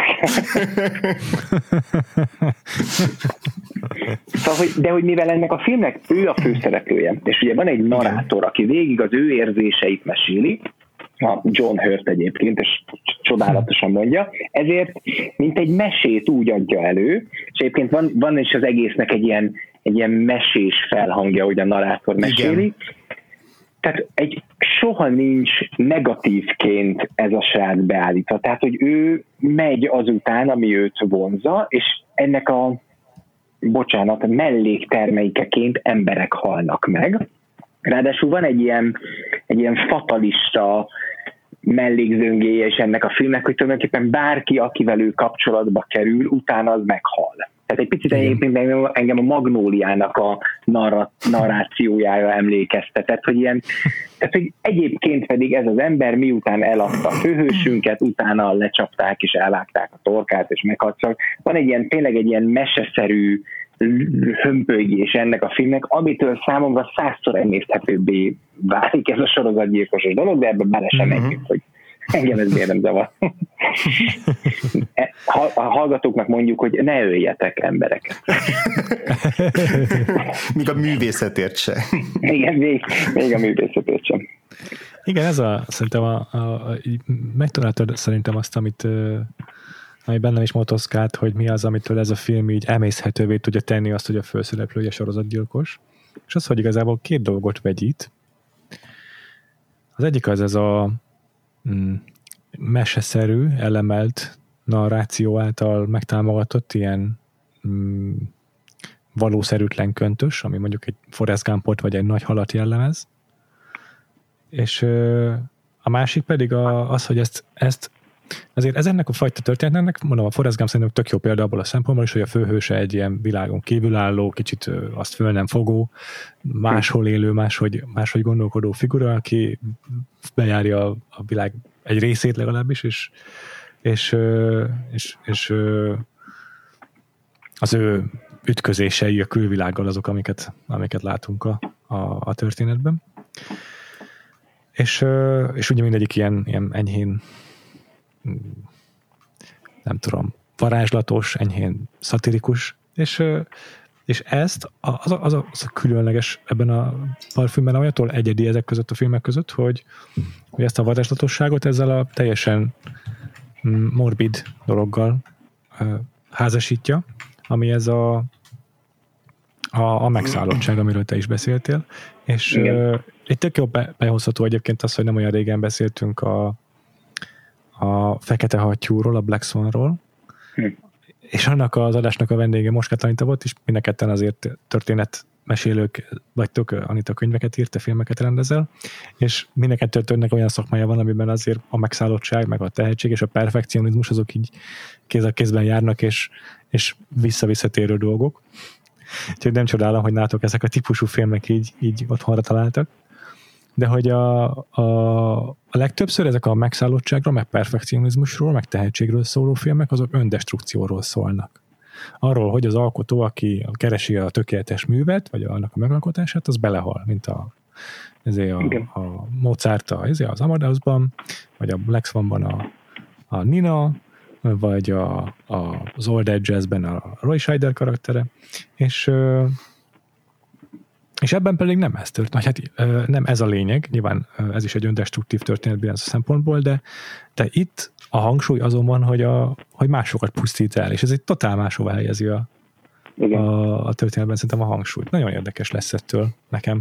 Speaker 3: Szóval, hogy, de hogy mivel ennek a filmnek ő a főszereplője, és ugye van egy narrátor, aki végig az ő érzéseit meséli, a John Hurt egyébként, és csodálatosan mondja, ezért mint egy mesét úgy adja elő, és egyébként van, van is az egésznek egy ilyen, egy ilyen mesés felhangja, hogy a narrátor meséli. Igen. Tehát egy soha nincs negatívként ez a srác beállítva. Tehát, hogy ő megy azután, ami őt vonza, és ennek a bocsánat, melléktermékeként emberek halnak meg. Ráadásul van egy ilyen, egy ilyen fatalista mellékzöngéje is ennek a filmnek, hogy tulajdonképpen bárki, akivel ő kapcsolatba kerül, utána az meghal. Tehát egy picit egyébként engem a Magnóliának a narra, narrációjára emlékeztetett, hogy ilyen, tehát hogy egyébként pedig ez az ember miután eladta a főhősünket, utána lecsapták és elvágták a torkát és meghalt. Van egy ilyen, tényleg egy ilyen meseszerű hömpölygés ennek a filmnek, amitől számomra százszor emészthetőbbé válik ez a sorozatgyilkosos dolog, de ebben bele sem menjünk, uh-huh. hogy engem ez miért nem zavar. A hallgatóknak mondjuk, hogy ne öljetek embereket.
Speaker 2: Még a művészetért se.
Speaker 3: Igen, még, még a művészetért sem.
Speaker 1: Igen, ez a, szerintem a, a, a megtaláltad szerintem azt, amit ami bennem is motoszkált, hogy mi az, amitől ez a film így emészhetővé tudja tenni azt, hogy a főszereplője sorozatgyilkos. És az, hogy igazából két dolgot vegyít. Az egyik az ez a mm, meseszerű, elemelt narráció által megtámogatott ilyen mm, valószerűtlen köntös, ami mondjuk egy Forrest Gumpot vagy egy nagy halat jellemez. És ö, a másik pedig a, az, hogy ezt, ezt azért ez ennek a fajta történetnek, mondom, a Forrest Gump szerintem tök jó példa abból a szempontból is, hogy a főhőse egy ilyen világon kívülálló, kicsit azt föl nem fogó, máshol élő, máshogy, máshogy gondolkodó figura, aki bejárja a világ egy részét legalábbis, és, és, és, és az ő ütközései a külvilággal azok, amiket, amiket látunk a, a, a történetben. És, és ugye mindegyik ilyen, ilyen enyhén nem tudom, varázslatos, enyhén szatirikus És, és ezt az a, az, a, az a különleges ebben a parfümben, olyatól egyedi ezek között a filmek között, hogy, hogy ezt a varázslatosságot ezzel a teljesen morbid dologgal házasítja, ami ez a, a, a megszállottság, amiről te is beszéltél. És uh, itt tök jó be, behozható egyébként az, hogy nem olyan régen beszéltünk a, a Fekete Hattyúról, a Black Swanról, hm. és annak az adásnak a vendége Moskát Anita volt, és mind a ketten azért történetmesélők vagytok, Anita könyveket írt, te filmeket rendezel, és mind a kettőtőnek olyan szakmája van, amiben azért a megszállottság, meg a tehetség és a perfekcionizmus azok így kéz a kézben járnak, és, és visszavisszatérő dolgok. Úgyhogy nem csodálom, hogy nátok ezek a típusú filmek így, így otthonra találtak. De hogy a, a, a legtöbbször ezek a megszállottságról, meg perfekcionizmusról, meg tehetségről szóló filmek, azok öndestrukcióról szólnak. Arról, hogy az alkotó, aki keresi a tökéletes művet, vagy annak a megalkotását, az belehal, mint a, ezért a, a Mozart a, ezért az Amadeusban, vagy a Black Swanban a, a Nina, vagy a, a, az Old Dead Jazzben a Roy Scheider karaktere, és, és ebben pedig nem ez történt, hát nem ez a lényeg, nyilván ez is egy öndestruktív történet bizonyos szempontból, de, de itt a hangsúly azon van, hogy, a, hogy másokat pusztít el, és ez egy totál máshova helyezi a, a, a történetben szerintem a hangsúlyt. Nagyon érdekes lesz ettől nekem.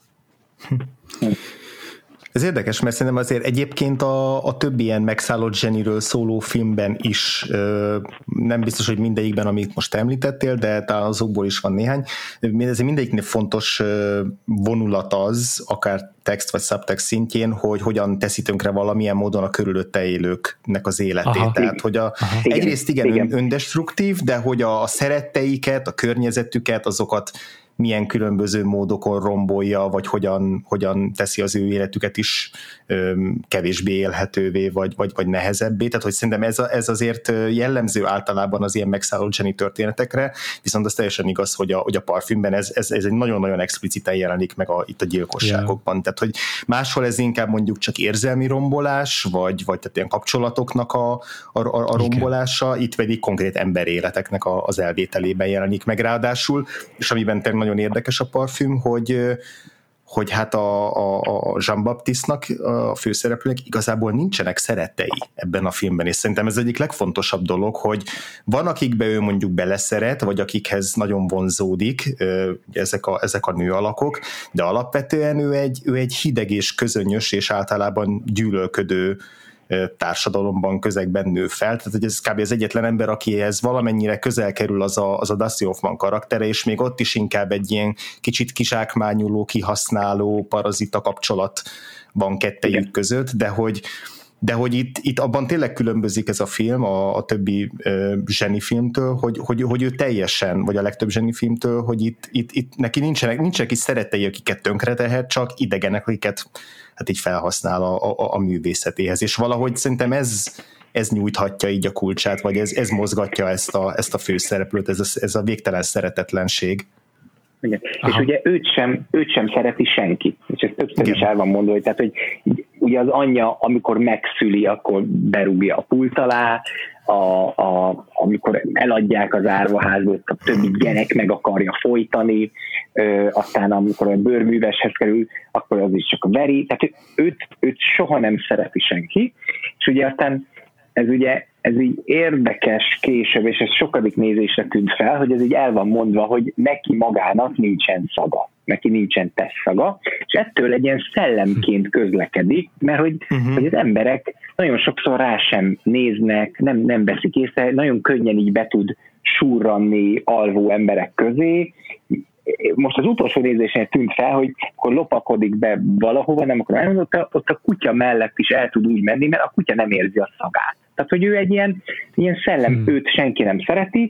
Speaker 2: Ez érdekes, mert szerintem azért egyébként a, a többi ilyen megszállott zseniről szóló filmben is, ö, nem biztos, hogy mindegyikben, amit most említettél, de talán azokból is van néhány. Ez mindegyiknél fontos ö, vonulat az, akár text vagy subtext szintjén, hogy hogyan teszi tönkre valamilyen módon a körülötte élőknek az életét. Aha. Tehát, hogy a, egyrészt igen, igen. öndestruktív, de hogy a, a szeretteiket, a környezetüket, azokat milyen különböző módokon rombolja, vagy hogyan, hogyan teszi az ő életüket is öm, kevésbé élhetővé, vagy, vagy, vagy nehezebbé. Tehát, hogy szerintem ez, a, ez azért jellemző általában az ilyen megszállott zseni történetekre, viszont az teljesen igaz, hogy a, hogy a parfümben ez, ez, ez egy nagyon-nagyon expliciten jelenik meg a, itt a gyilkosságokban. Yeah. Tehát, hogy máshol ez inkább mondjuk csak érzelmi rombolás, vagy, vagy tehát ilyen kapcsolatoknak a, a, a, a rombolása, itt pedig konkrét emberéleteknek a, az elvételében jelenik meg ráadásul, és amiben te nagyon érdekes a parfüm, hogy, hogy hát a, a, a Jean-Baptiste-nak, a főszereplőnek igazából nincsenek szerettei ebben a filmben, és szerintem ez egyik legfontosabb dolog, hogy van, akikbe ő mondjuk beleszeret, vagy akikhez nagyon vonzódik, ezek a, ezek a nőalakok, de alapvetően ő egy, ő egy hideg és közönyös, és általában gyűlölködő társadalomban, közegben nő fel, tehát hogy ez kb. Az egyetlen ember, akihez valamennyire közel kerül az a, az a Dustin Hoffman karaktere, és még ott is inkább egy ilyen kicsit kizsákmányoló, kihasználó, parazita kapcsolat van kettejük Igen. között, de hogy de hogy itt, itt abban tényleg különbözik ez a film a, a többi uh, zsenifilmtől, hogy, hogy, hogy ő teljesen, vagy a legtöbb zsenifilmtől, hogy itt, itt, itt neki nincsenek, nincsenek is szerettei, akiket tönkre tehet, csak idegenek, akiket hát így felhasznál a, a, a művészetéhez. És valahogy szerintem ez, ez nyújthatja így a kulcsát, vagy ez, ez mozgatja ezt a, ezt a főszereplőt, ez a, ez a végtelen szeretetlenség.
Speaker 3: Igen. És ugye őt sem, őt sem szereti senki. És ez többször is el van mondva, hogy, tehát, hogy ugye az anyja, amikor megszüli, akkor berúgja a pult alá, a, a, amikor eladják az árvaházból, a többi gyerek meg akarja folytani, ö, aztán amikor a bőrműveshez kerül, akkor az is csak veri, tehát őt, őt soha nem szereti senki, és ugye aztán ez ugye ez így érdekes később, és ez sokadik nézésre tűnt fel, hogy ez így el van mondva, hogy neki magának nincsen szaga, neki nincsen testszaga, és ettől egy ilyen szellemként közlekedik, mert hogy, uh-huh. hogy az emberek nagyon sokszor rá sem néznek, nem, nem veszik észre, nagyon könnyen így be tud surranni alvó emberek közé. Most az utolsó nézésen tűnt fel, hogy akkor lopakodik be valahova, nem akarom elmondani, ott a, ott a kutya mellett is el tud úgy menni, mert a kutya nem érzi a szagát. Tehát, hogy ő egy ilyen, ilyen szellem, hmm. őt senki nem szereti,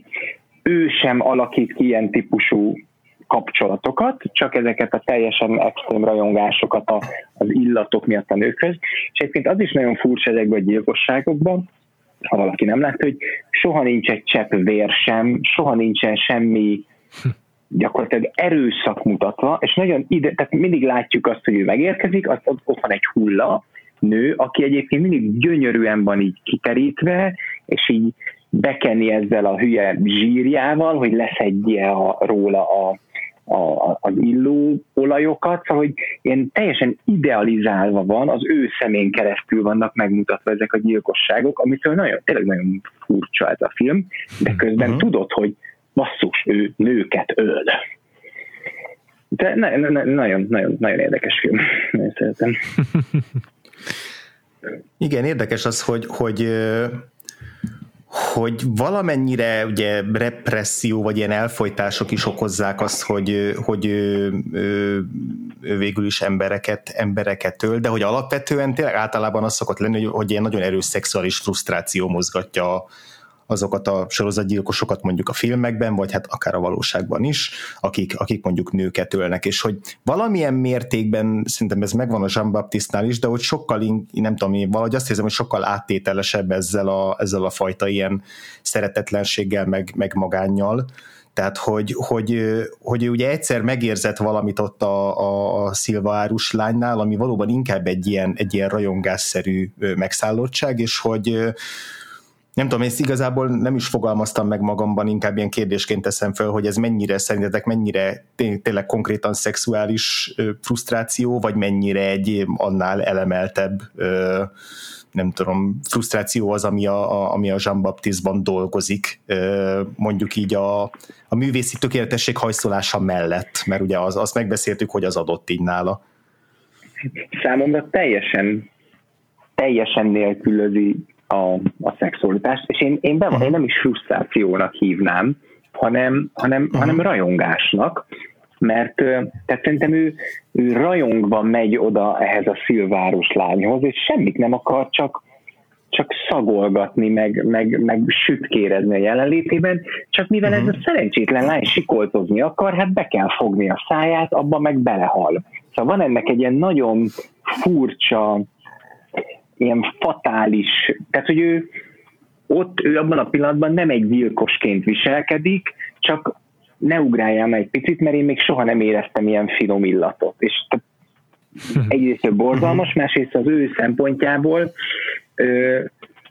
Speaker 3: ő sem alakít ki ilyen típusú kapcsolatokat, csak ezeket a teljesen extrém rajongásokat a, az illatok miatt a nőkhöz. És egyébként az is nagyon furcsa ezekben a gyilkosságokban, ha valaki nem látta, hogy soha nincs egy csepp vér sem, soha nincsen semmi gyakorlatilag erőszak mutatva, és nagyon ide, tehát mindig látjuk azt, hogy ő megérkezik, azt, ott van egy hulla, nő, aki egyébként mindig gyönyörűen van így kiterítve, és így bekenni ezzel a hülye zsírjával, hogy leszedje a, róla a, a, az illó olajokat, szóval hogy ilyen teljesen idealizálva van, az ő szemén keresztül vannak megmutatva ezek a gyilkosságok, amitől nagyon, tényleg nagyon furcsa ez a film, de közben uh-huh. tudod, hogy basszus, ő nőket öl. De nagyon, nagyon, nagyon érdekes film. Nagyon szeretem.
Speaker 2: Igen, érdekes az, hogy, hogy, hogy valamennyire ugye represszió, vagy ilyen elfojtások is okozzák azt, hogy, hogy ő, ő, ő végül is embereket, embereket öl, de hogy alapvetően tényleg általában az szokott lenni, hogy, hogy ilyen nagyon erős szexuális frusztráció mozgatja azokat a sorozatgyilkosokat mondjuk a filmekben, vagy hát akár a valóságban is, akik, akik mondjuk nőket ölnek, és hogy valamilyen mértékben, szerintem ez megvan a Jean-Baptiste-nál is, de hogy sokkal, nem tudom, én valahogy azt érzem, hogy sokkal áttételesebb ezzel a, ezzel a fajta ilyen szeretetlenséggel, meg, meg magánnyal. Tehát, hogy, hogy, hogy ő ugye egyszer megérzett valamit ott a, a, a Szilva árus lánynál, ami valóban inkább egy ilyen, egy ilyen rajongásszerű megszállottság, és hogy nem tudom, ezt igazából nem is fogalmaztam meg magamban, inkább ilyen kérdésként teszem fel, hogy ez mennyire, szerintetek mennyire tényleg konkrétan szexuális frusztráció, vagy mennyire egy annál elemeltebb, nem tudom, frusztráció az, ami a, ami a Jean-Baptiste-ban dolgozik, mondjuk így a, a művészi tökéletesség hajszolása mellett, mert ugye az, azt megbeszéltük, hogy az adott így nála.
Speaker 3: Számomra teljesen, teljesen nélkülözi A, a szexualitást, és én, én, be, én nem is frusztrációnak hívnám, hanem, hanem, uh-huh. hanem rajongásnak, mert tehát szerintem ő, ő rajongva megy oda ehhez a szilváros lányhoz, és semmit nem akar, csak, csak szagolgatni, meg, meg, meg sütkérezni a jelenlétében, csak mivel uh-huh. ez a szerencsétlen lány sikoltozni akar, hát be kell fogni a száját, abba meg belehal. Szóval van ennek egy ilyen nagyon furcsa, ilyen fatális, tehát hogy ő ott, ő abban a pillanatban nem egy gyilkosként viselkedik, csak ne ugráljál meg egy picit, mert én még soha nem éreztem ilyen finom illatot. És egyrészt borzalmas, másrészt az ő szempontjából ö,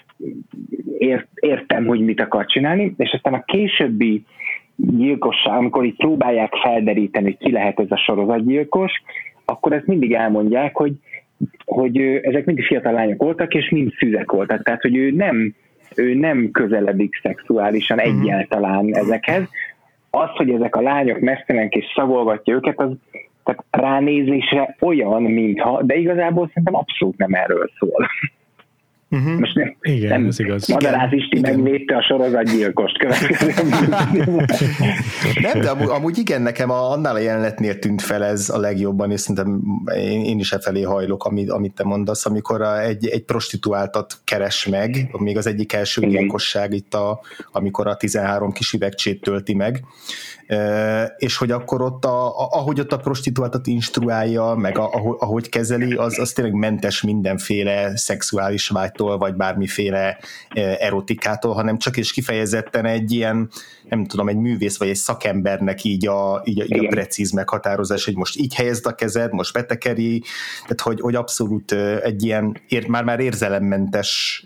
Speaker 3: ért, értem, hogy mit akar csinálni, és aztán a későbbi gyilkosság, amikor itt próbálják felderíteni, hogy ki lehet ez a sorozatgyilkos, akkor ezt mindig elmondják, hogy hogy ezek mindig fiatal lányok voltak, és mind szüzek voltak. Tehát, hogy ő nem, ő nem közeledik szexuálisan uh-huh. egyáltalán ezekhez. Az, hogy ezek a lányok mesztelenek és szagolgatja őket, az tehát ránézésre olyan, mintha, de igazából szerintem abszolút nem erről szól.
Speaker 2: Uh-huh.
Speaker 3: Most nem,
Speaker 1: igen,
Speaker 3: nem
Speaker 1: ez igaz.
Speaker 3: Madarász Isti megvédte a sorozatgyilkost következő.
Speaker 2: Nem, de amúgy, amúgy igen, nekem a, annál a jelenetnél tűnt fel ez a legjobban, és szerintem én, én is e felé hajlok, amit, amit te mondasz, amikor a, egy, egy prostituáltat keres meg, még az egyik első gyilkosság itt, a, amikor a tizenhárom kis üvegcsét tölti meg, e, és hogy akkor ott, a, a, ahogy ott a prostituáltat instruálja, meg a, ahogy, ahogy kezeli, az, az tényleg mentes mindenféle szexuális vágytól, vagy bármiféle erotikától, hanem csak és kifejezetten egy ilyen, nem tudom, egy művész, vagy egy szakembernek így a, így a, így a precíz meghatározás, hogy most így helyezd a kezed, most betekeri, tehát hogy, hogy abszolút egy ilyen, már-már érzelemmentes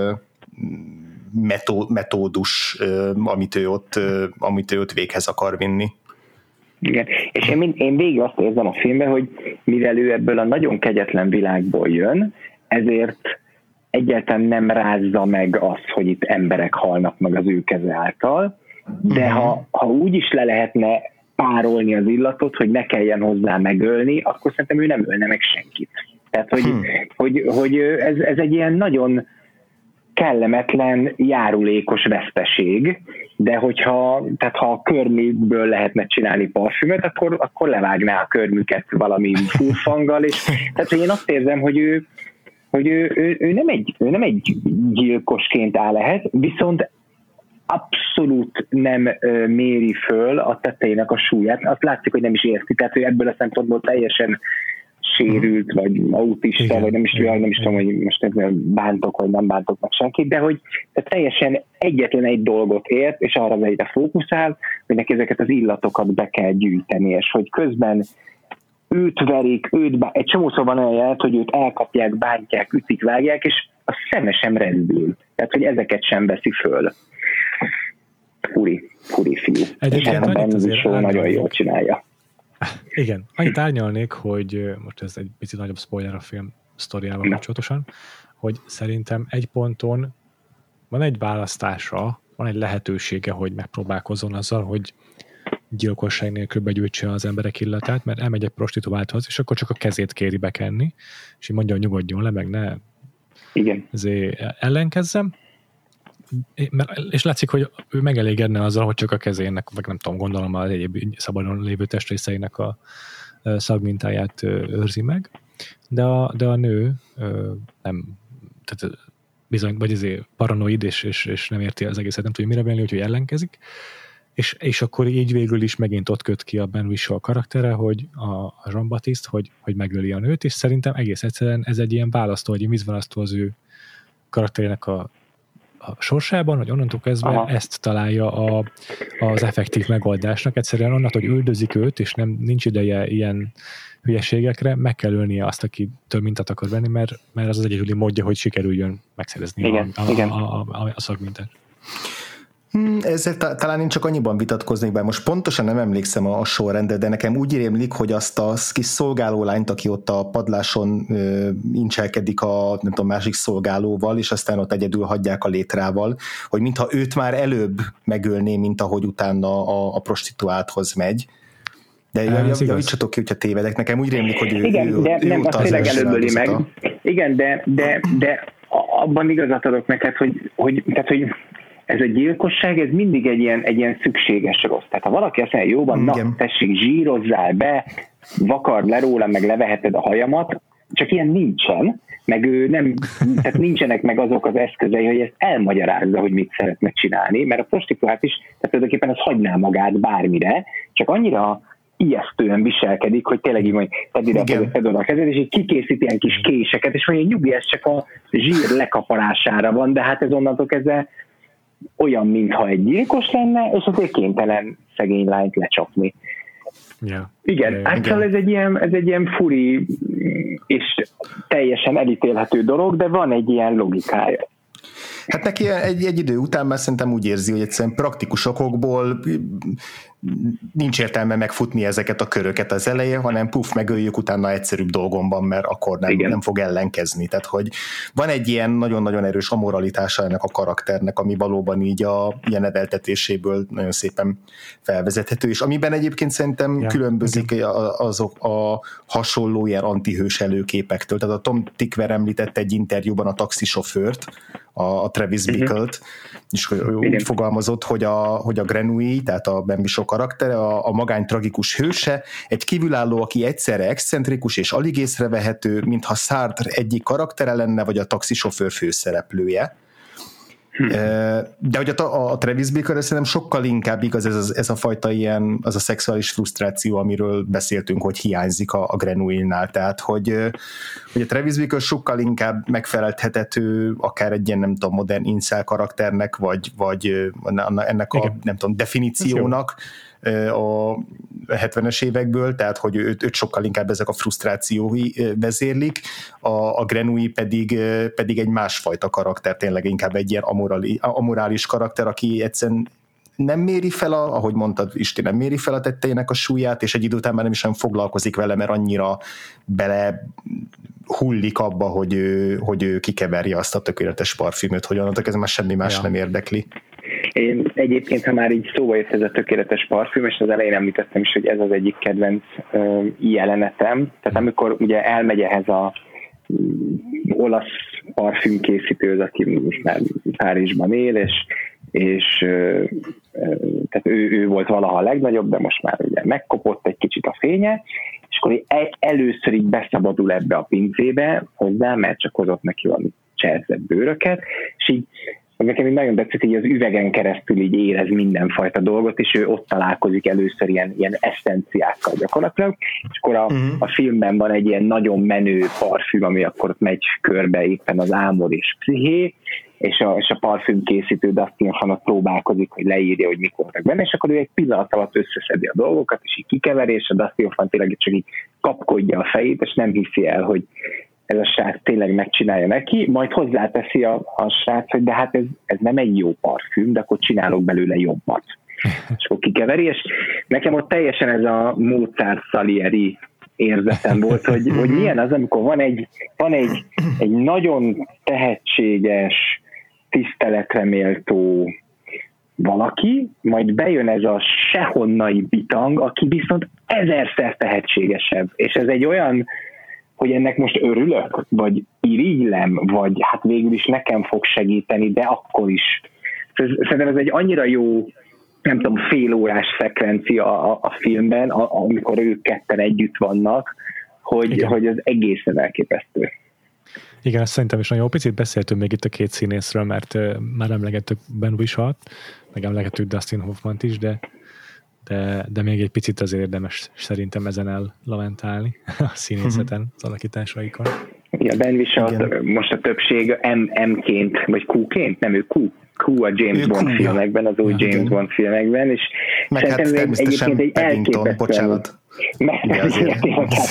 Speaker 2: metódus, amit ő ott, amit ő ott véghez akar vinni.
Speaker 3: Igen, és én, én végig azt érzem a filmben, hogy mivel ő ebből a nagyon kegyetlen világból jön, ezért egyáltalán nem rázza meg azt, hogy itt emberek halnak meg az ő keze által, de uh-huh. ha, ha úgy is le lehetne párolni az illatot, hogy ne kelljen hozzá megölni, akkor szerintem ő nem ölne meg senkit. Tehát, hogy, hmm. hogy, hogy ez, ez egy ilyen nagyon kellemetlen, járulékos veszteség, de hogyha tehát ha a körmükből lehetne csinálni parfümöt, akkor, akkor levágná a körmüket valami furfanggal, és tehát hogy én azt érzem, hogy ő hogy ő, ő, ő, nem egy, ő nem egy gyilkosként áll ehhez, viszont abszolút nem ö, méri föl a tetteinek a súlyát. Azt látszik, hogy nem is érti, tehát hogy ebből a szempontból teljesen sérült, vagy autista, igen, vagy nem is, igen, nem is tudom, hogy most bántok, vagy nem bántok meg senkit, de hogy teljesen egyetlen egy dolgot ért, és arra az egyre fókuszál, hogy neki ezeket az illatokat be kell gyűjteni, és hogy közben őt verik, őt bá... egy csomószor van olyan jelent, hogy őt elkapják, bántják, ütik, vágják, és a szeme sem rezdül. Tehát, hogy ezeket sem veszi föl. Furi, furi fiú.
Speaker 1: Egyébként annyit azért
Speaker 3: nagyon jól csinálja.
Speaker 1: Igen, annyit árnyalnék, hogy most ez egy picit nagyobb spoiler a film sztoriával kapcsolatosan, hogy szerintem egy ponton van egy választása, van egy lehetősége, hogy megpróbálkozzon azzal, hogy gyilkosság nélkül begyűjtse az emberek illatát, mert elmegy egy prostituálthoz, és akkor csak a kezét kéri bekenni, és így mondja, hogy nyugodjon le, meg ne
Speaker 3: Igen.
Speaker 1: ezért ellenkezzem. És látszik, hogy ő megelégedne azzal, hogy csak a kezének, vagy nem tudom, gondolom az egyéb szabadon lévő testrészeinek a szagmintáját őrzi meg, de a, de a nő nem, tehát bizony, vagy azért paranoid, és, és, és nem érti az egészet, nem tudja mire venni, úgyhogy ellenkezik, és, és akkor így végül is megint ott köt ki a Ben Whishaw karaktere, hogy a, a Jean-Baptiste, hogy, hogy megöli a nőt, és szerintem egész egyszerűen ez egy ilyen választó, vagy vízválasztó az ő karakterének a a sorsában, hogy onnantól kezdve Aha. ezt találja a, az effektív megoldásnak. Egyszerűen onnantól, hogy üldözik őt, és nem, nincs ideje ilyen hülyeségekre, meg kell ölnie azt, aki több mintát akar venni, mert, mert az az egyedüli módja, hogy sikerüljön megszerezni
Speaker 3: igen,
Speaker 1: a,
Speaker 3: igen.
Speaker 1: a, a, a, a szakmintát.
Speaker 2: Hmm, ezzel t- talán én csak annyiban vitatkoznék, bár most pontosan nem emlékszem a, a sorrendet, de nekem úgy rémlik, hogy azt a kis szolgálólányt, aki ott a padláson ö, incselkedik a nem tudom, másik szolgálóval, és aztán ott egyedül hagyják a létrával, hogy mintha őt már előbb megölné, mint ahogy utána a, a prostituálthoz megy. De javítsatok ki, hogyha tévedek. Nekem úgy rémlik, hogy ő
Speaker 3: Igen,
Speaker 2: ő,
Speaker 3: de
Speaker 2: ő
Speaker 3: nem, azt tényleg előbb meg. Igen, de, de, de abban igazat adok neked, hogy, hogy, tehát, hogy ez a gyilkosság, ez mindig egy ilyen, egy ilyen szükséges rossz. Tehát ha valaki azt mondja, jó van, na, tessék, zsírozzál be, vakard le róla, meg leveheted a hajamat, csak ilyen nincsen, meg ő nem, tehát nincsenek meg azok az eszközei, hogy ezt elmagyarázza, hogy mit szeretne csinálni, mert a prostituált is, tehát tulajdonképpen az hagyná magát bármire, csak annyira ijesztően viselkedik, hogy tényleg így mondja, tedd ide, tedd oda a kezed, és így kikészít ilyen kis késeket, és mondja, nyugi, ez csak a zsír lekaparására van, de hát ez onnantól kezdve olyan, mintha egy gyilkos lenne, és azért kénytelen szegény lányt lecsapni.
Speaker 1: Yeah.
Speaker 3: Igen, yeah, hát yeah. ez egy ilyen, ez egy ilyen furi és teljesen elítélhető dolog, de van egy ilyen logikája.
Speaker 2: Hát neki egy, egy idő után már szerintem úgy érzi, hogy egyszerűen praktikus okokból nincs értelme megfutni ezeket a köröket az elején, hanem puff, megöljük, utána egyszerűbb dolgom van, mert akkor nem, nem fog ellenkezni. Tehát, hogy van egy ilyen nagyon-nagyon erős amoralitása ennek a karakternek, ami valóban így a ilyen neveltetéséből nagyon szépen felvezethető, és amiben egyébként szerintem ja, különbözik okay. azok a hasonló ilyen antihős előképektől. Tehát a Tom Tykwer említette egy interjúban a taxisofőrt, a, a Travis Bickle-t, és úgy fogalmazott, hogy a, hogy a Grenouille, tehát a Ben Whishaw karaktere, a, a magány tragikus hőse, egy kívülálló, aki egyszerre excentrikus és alig észrevehető, mintha Sartre egyik karaktere lenne, vagy a taxisofőr főszereplője. Hmm. De hogy a, a Travis Bickle szerintem sokkal inkább igaz ez, ez a fajta ilyen, az a szexuális frusztráció, amiről beszéltünk, hogy hiányzik a, a Grenouille-nál. Tehát, hogy, hogy a Travis Bickle sokkal inkább megfeleltethető akár egy ilyen, nem tudom, modern incel karakternek, vagy, vagy ennek a, nem tudom, definíciónak a hetvenes évekből, tehát hogy őt, őt sokkal inkább ezek a frusztrációi vezérlik, a, a Grenouille pedig, pedig egy másfajta karakter, tényleg inkább egy ilyen amorali, amorális karakter, aki egyszerűen nem méri fel, a, ahogy mondtad, Isti, nem méri fel a tetteinek a súlyát, és egy idő után már nem is nem foglalkozik vele, mert annyira bele hullik abba, hogy ő, hogy ő kikeverje azt a tökéletes parfümöt, hogy annak ez már semmi más ja. nem érdekli.
Speaker 3: Én egyébként, ha már így szóba jött ez a tökéletes parfüm, és az elején említettem is, hogy ez az egyik kedvenc uh, jelenetem. Tehát amikor ugye elmegy ehhez a um, olasz parfümkészítőhöz, aki most már Párizsban él, és, és uh, uh, tehát ő, ő volt valaha a legnagyobb, de most már ugye megkopott egy kicsit a fénye, és akkor el, először így beszabadul ebbe a pincébe hozzá, mert csak hozott neki valami cserzett bőröket, és így nekem így nagyon tetszik, hogy az üvegen keresztül így érez mindenfajta dolgot, és ő ott találkozik először ilyen, ilyen eszenciákkal gyakorlatilag, és akkor a, uh-huh. a filmben van egy ilyen nagyon menő parfüm, ami akkor ott megy körbe éppen az álmod és psziché, és a, és a parfümkészítő Dustin Hoffman próbálkozik, hogy leírja, hogy mik voltak benne, és akkor ő egy pillanat alatt összeszedi a dolgokat, és így kikever, és a Dustin Hoffman tényleg csak így kapkodja a fejét, és nem hiszi el, hogy ez a srác tényleg megcsinálja neki, majd hozzáteszi a, a srác, hogy de hát ez, ez nem egy jó parfüm, de akkor csinálok belőle jobbat. És akkor kikeveri, és nekem ott teljesen ez a Mozart Salieri érzetem volt, hogy, hogy milyen az, amikor van egy, van egy, egy nagyon tehetséges, tiszteletre méltó valaki, majd bejön ez a sehonnai bitang, aki viszont ezerszer tehetségesebb. És ez egy olyan, hogy ennek most örülök, vagy irigylem, vagy hát végül is nekem fog segíteni, de akkor is. Szerintem ez egy annyira jó, nem tudom, félórás szekvencia a, a filmben, a, amikor ők ketten együtt vannak, hogy, hogy ez egészen elképesztő.
Speaker 1: Igen, azt szerintem is nagyon jó. Picit beszéltünk még itt a két színészről, mert uh, már emlegettük Ben Whishaw-t, meg emlegettük Dustin Hoffmant is, de, de, de még egy picit azért érdemes szerintem ezen ellamentálni a színészeten, az alakításaikon.
Speaker 3: Igen, Ben Whishaw most a többség M, M-ként, vagy Q-ként, nem ő Q. Q a James ő Bond Q, filmekben, az új ja, James igen. Bond filmekben, és
Speaker 2: meg hát természetesen egy Paddington, bocsánat. Tehát,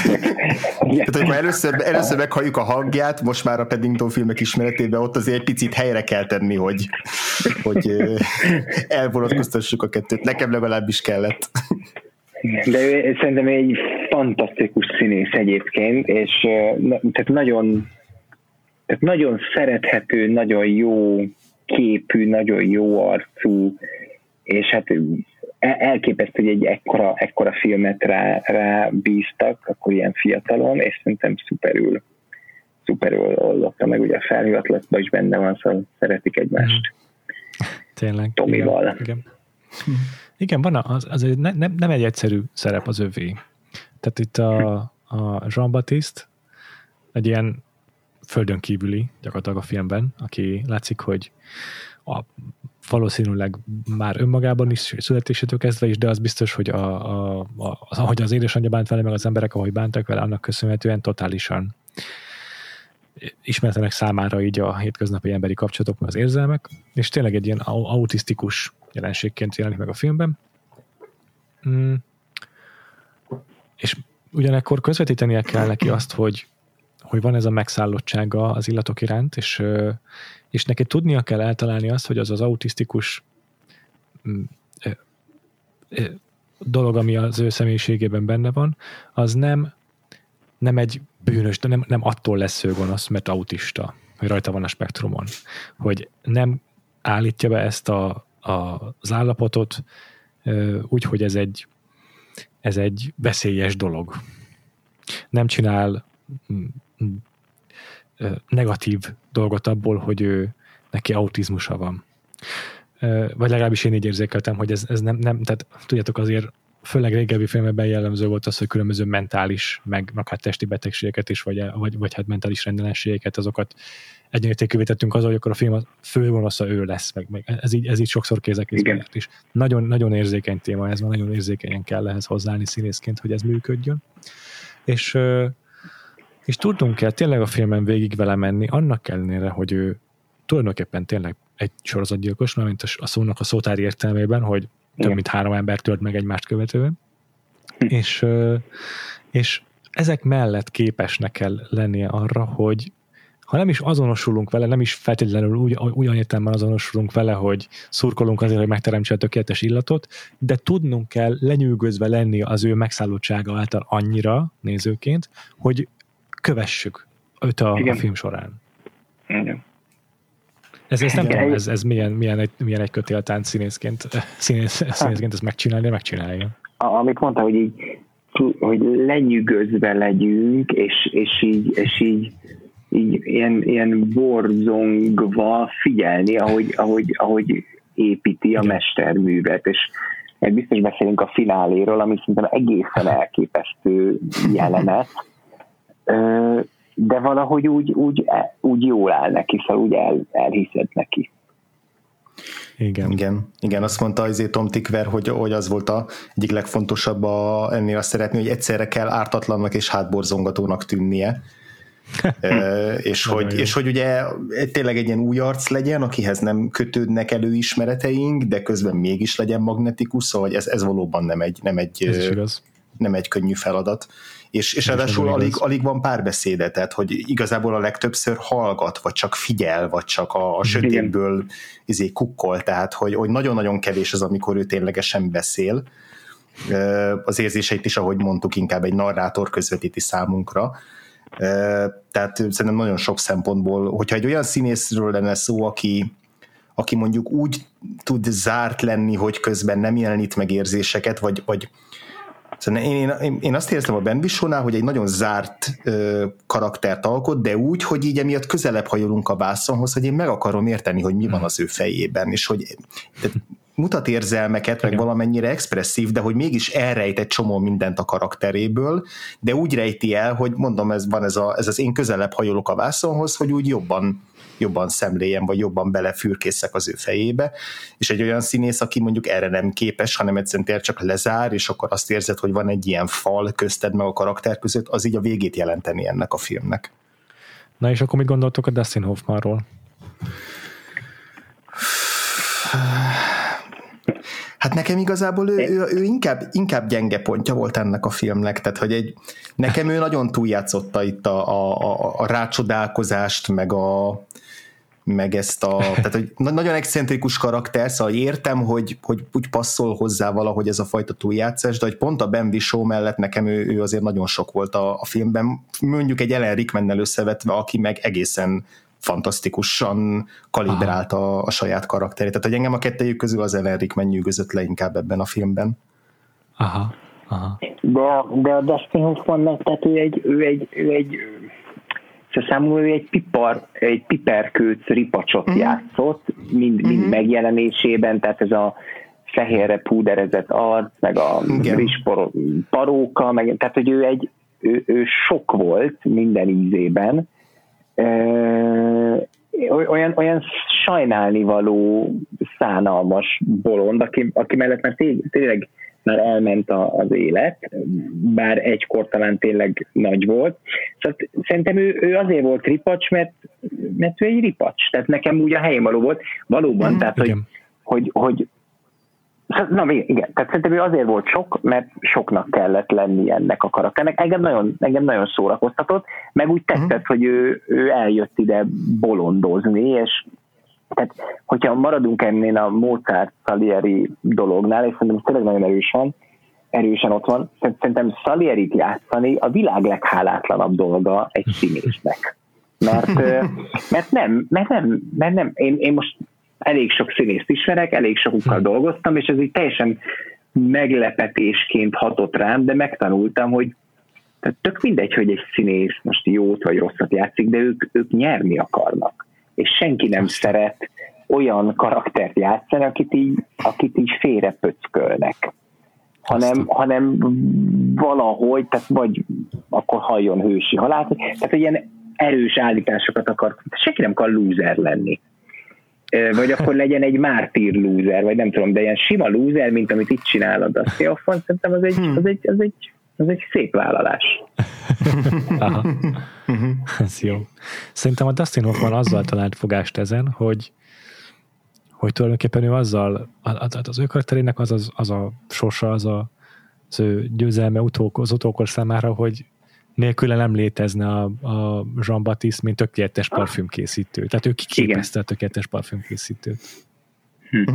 Speaker 2: hogy először, először meghalljuk a hangját, most már a Paddington filmek ismeretében ott azért egy picit helyre kell tenni, hogy, hogy elvonatkoztassuk a kettőt. Nekem legalábbis kellett.
Speaker 3: De ő, szerintem egy fantasztikus színész egyébként, és tehát nagyon, tehát nagyon szerethető, nagyon jó képű, nagyon jó arcú, és hát elképesztő, hogy egy ekkora, ekkora filmet rá, rá bíztak, akkor ilyen fiatalon, és szerintem szuperül, szuperül oldotta meg, ugye a felhőatlatban is benne van, szóval szeretik egymást.
Speaker 1: Tényleg.
Speaker 3: Tomival.
Speaker 1: Igen, igen. igen van, az, az egy, ne, nem egy egyszerű szerep az övé. Tehát itt a, a Jean-Baptiste egy ilyen földön kívüli gyakorlatilag a filmben, aki látszik, hogy a, valószínűleg már önmagában is születésétől kezdve is, de az biztos, hogy a, a, a, az, ahogy az édesanyja bánt vele, meg az emberek, ahogy bántak vele, annak köszönhetően totálisan ismeretlenek számára így a hétköznapi emberi kapcsolatok, meg az érzelmek, és tényleg egy ilyen autisztikus jelenségként jelenik meg a filmben. Mm. És ugyanakkor közvetítenie kell neki azt, hogy hogy van ez a megszállottsága az illatok iránt, és, és neki tudnia kell eltalálni azt, hogy az az autisztikus dolog, ami az ő személyiségében benne van, az nem, nem egy bűnös, de nem, nem attól lesz ő gonosz, mert autista, hogy rajta van a spektrumon. Hogy nem állítja be ezt a, a, az állapotot úgy, hogy ez egy, ez egy veszélyes dolog. Nem csinál negatív dolgot abból, hogy ő neki autizmusa van. Vagy legalábbis én így érzékeltem, hogy ez, ez nem, nem, tehát tudjátok, azért főleg régebbi filmekben jellemző volt az, hogy különböző mentális, meg akár testi betegségeket is, vagy, vagy, vagy hát mentális rendellenségeket, azokat egyenértékűvé tettünk azzal, hogy akkor a film a főgonosza ő lesz, meg, meg ez, így, ez így sokszor kézzel is. Nagyon, nagyon érzékeny téma ez van, nagyon érzékenyen kell ehhez hozzáállni színészként, hogy ez működjön. És És tudnunk kell tényleg a filmen végig vele menni, annak ellenére, hogy ő tulajdonképpen tényleg egy sorozatgyilkos, mint a szónak a szótári értelmében, hogy több mint három ember tört meg egymást követően. És, és ezek mellett képesnek kell lennie arra, hogy ha nem is azonosulunk vele, nem is feltétlenül úgy, olyan értelemben azonosulunk vele, hogy szurkolunk azért, hogy megteremtse a tökéletes illatot, de tudnunk kell lenyűgözve lenni az ő megszállottsága által annyira nézőként, hogy kövessük őt a, a film során.
Speaker 3: Igen.
Speaker 1: Ez, ez nem Igen. tudom, ez, ez milyen, milyen, egy, milyen egy kötéltánc színészként, színész, színészként ezt megcsinálni, megcsinálja.
Speaker 3: Amit mondta, hogy így, hogy lenyűgözve legyünk, és, és így, és így, így ilyen, ilyen borzongva figyelni, ahogy, ahogy, ahogy építi a Igen. mesterművet, és meg biztos beszélünk a fináléről, ami szerintem egészen elképesztő jelenet, de valahogy úgy, úgy, úgy jól áll neki, szóval úgy el, elhiszed neki.
Speaker 2: Igen. Igen, igen, azt mondta azért Tom Tykwer, hogy, hogy az volt a egyik legfontosabb a, ennél azt szeretni, hogy egyszerre kell ártatlannak és hátborzongatónak tűnnie. e, és, hogy, és hogy ugye tényleg egy ilyen új arc legyen, akihez nem kötődnek előismereteink, de közben mégis legyen magnetikus, szóval ez, ez valóban nem egy, nem egy nem egy könnyű feladat. És, és ráadásul alig, alig van párbeszéde, tehát hogy igazából a legtöbbször hallgat, vagy csak figyel, vagy csak a, a sötétből izé kukkol, tehát hogy, hogy nagyon-nagyon kevés az, amikor ő ténylegesen beszél. Az érzéseit is, ahogy mondtuk, inkább egy narrátor közvetíti számunkra. Tehát szerintem nagyon sok szempontból, hogyha egy olyan színészről lenne szó, aki, aki mondjuk úgy tud zárt lenni, hogy közben nem jelenít meg érzéseket, vagy, vagy szóval én, én, én azt éreztem a Ben Whishaw-nál, hogy egy nagyon zárt ö, karaktert alkot, de úgy, hogy így emiatt közelebb hajolunk a vászonhoz, hogy én meg akarom érteni, hogy mi van az ő fejében, és hogy tehát mutat érzelmeket, meg valamennyire expresszív, de hogy mégis elrejt egy csomó mindent a karakteréből, de úgy rejti el, hogy mondom, ez van ez, a, ez az én közelebb hajolok a vászonhoz, hogy úgy jobban jobban szemléljem, vagy jobban belefürkészek az ő fejébe, és egy olyan színész, aki mondjuk erre nem képes, hanem egyszerűen csak lezár, és akkor azt érzed, hogy van egy ilyen fal közted meg a karakter között, az így a végét jelenteni ennek a filmnek.
Speaker 1: Na és akkor mit gondoltok a Dustin Hoffmanról?
Speaker 2: Hát nekem igazából ő, ő, ő inkább, inkább gyenge pontja volt ennek a filmnek, tehát hogy egy, nekem ő nagyon túljátszotta itt a, a, a, a rácsodálkozást, meg a meg ezt a, tehát hogy nagyon excentrikus karakter, szóval értem, hogy, hogy úgy passzol hozzá valahogy ez a fajta túljátszás, de hogy pont a Ben Whishaw mellett nekem ő, ő azért nagyon sok volt a, a filmben, mondjuk egy Alan Rickmannel összevetve, aki meg egészen fantasztikusan kalibrálta a, a saját karakterét. Tehát, hogy engem a kettejük közül az Alan Rickman nyűgözött le inkább ebben a filmben.
Speaker 1: Aha, aha.
Speaker 3: De, de a Dustin Hoffmannak, tehát ő egy, ő egy, ő egy szóval számomra ő egy, pipar, egy piperkőc ripacsot mm. játszott, mind, mind mm. megjelenésében, tehát ez a fehérre púderezett arc, meg a rizs paróka, meg, tehát hogy ő egy ő, ő sok volt minden ízében, olyan, olyan sajnálnivaló, szánalmas bolond, aki, aki mellett már tényleg már elment a, az élet, bár egykor talán tényleg nagy volt. Szóval szerintem ő, ő azért volt ripacs, mert, mert ő egy ripacs. Tehát nekem úgy a helyén való volt. Valóban, mm, tehát hogy, hogy, hogy na igen, tehát szerintem ő azért volt sok, mert soknak kellett lenni ennek a karakternek. Engem nagyon, engem nagyon szórakoztatott, meg úgy tetszett, uh-huh. hogy ő, ő eljött ide bolondozni, és tehát, hogyha maradunk ennél a Mozart Salieri dolognál, és szerintem tényleg nagyon erős van, erősen ott van, szerintem Salierit játszani a világ leghálátlanabb dolga egy színésznek. Mert, mert nem, mert nem, mert nem, én, én most elég sok színészt ismerek, elég sokukkal dolgoztam, és ez így teljesen meglepetésként hatott rám, de megtanultam, hogy tehát tök mindegy, hogy egy színész most jót vagy rosszat játszik, de ők, ők nyerni akarnak. És senki nem szeret olyan karaktert játszani, akit így, akit így félrepöckölnek. Hanem, hanem valahogy, tehát vagy akkor halljon hősi halált, tehát ilyen erős állításokat akar, senki nem akar lúzer lenni. Vagy akkor legyen egy mártír lúzer, vagy nem tudom, de ilyen sima lúzer, mint amit itt csinálod, azt Hoffman, szerintem az egy, az egy, az egy, az egy szép vállalás.
Speaker 1: Aha. Ez jó. Szerintem a Dustin Hoffman azzal talált fogást ezen, hogy hogy tulajdonképpen ő azzal, az, az ő karakterének az, az, az a sorsa, az a, az ő győzelme utókor, az utókor számára, hogy nélküle nem létezne a, a Jean-Baptiste, mint tökéletes parfümkészítő. Tehát ő kiképezte a tökéletes parfümkészítőt. Hm.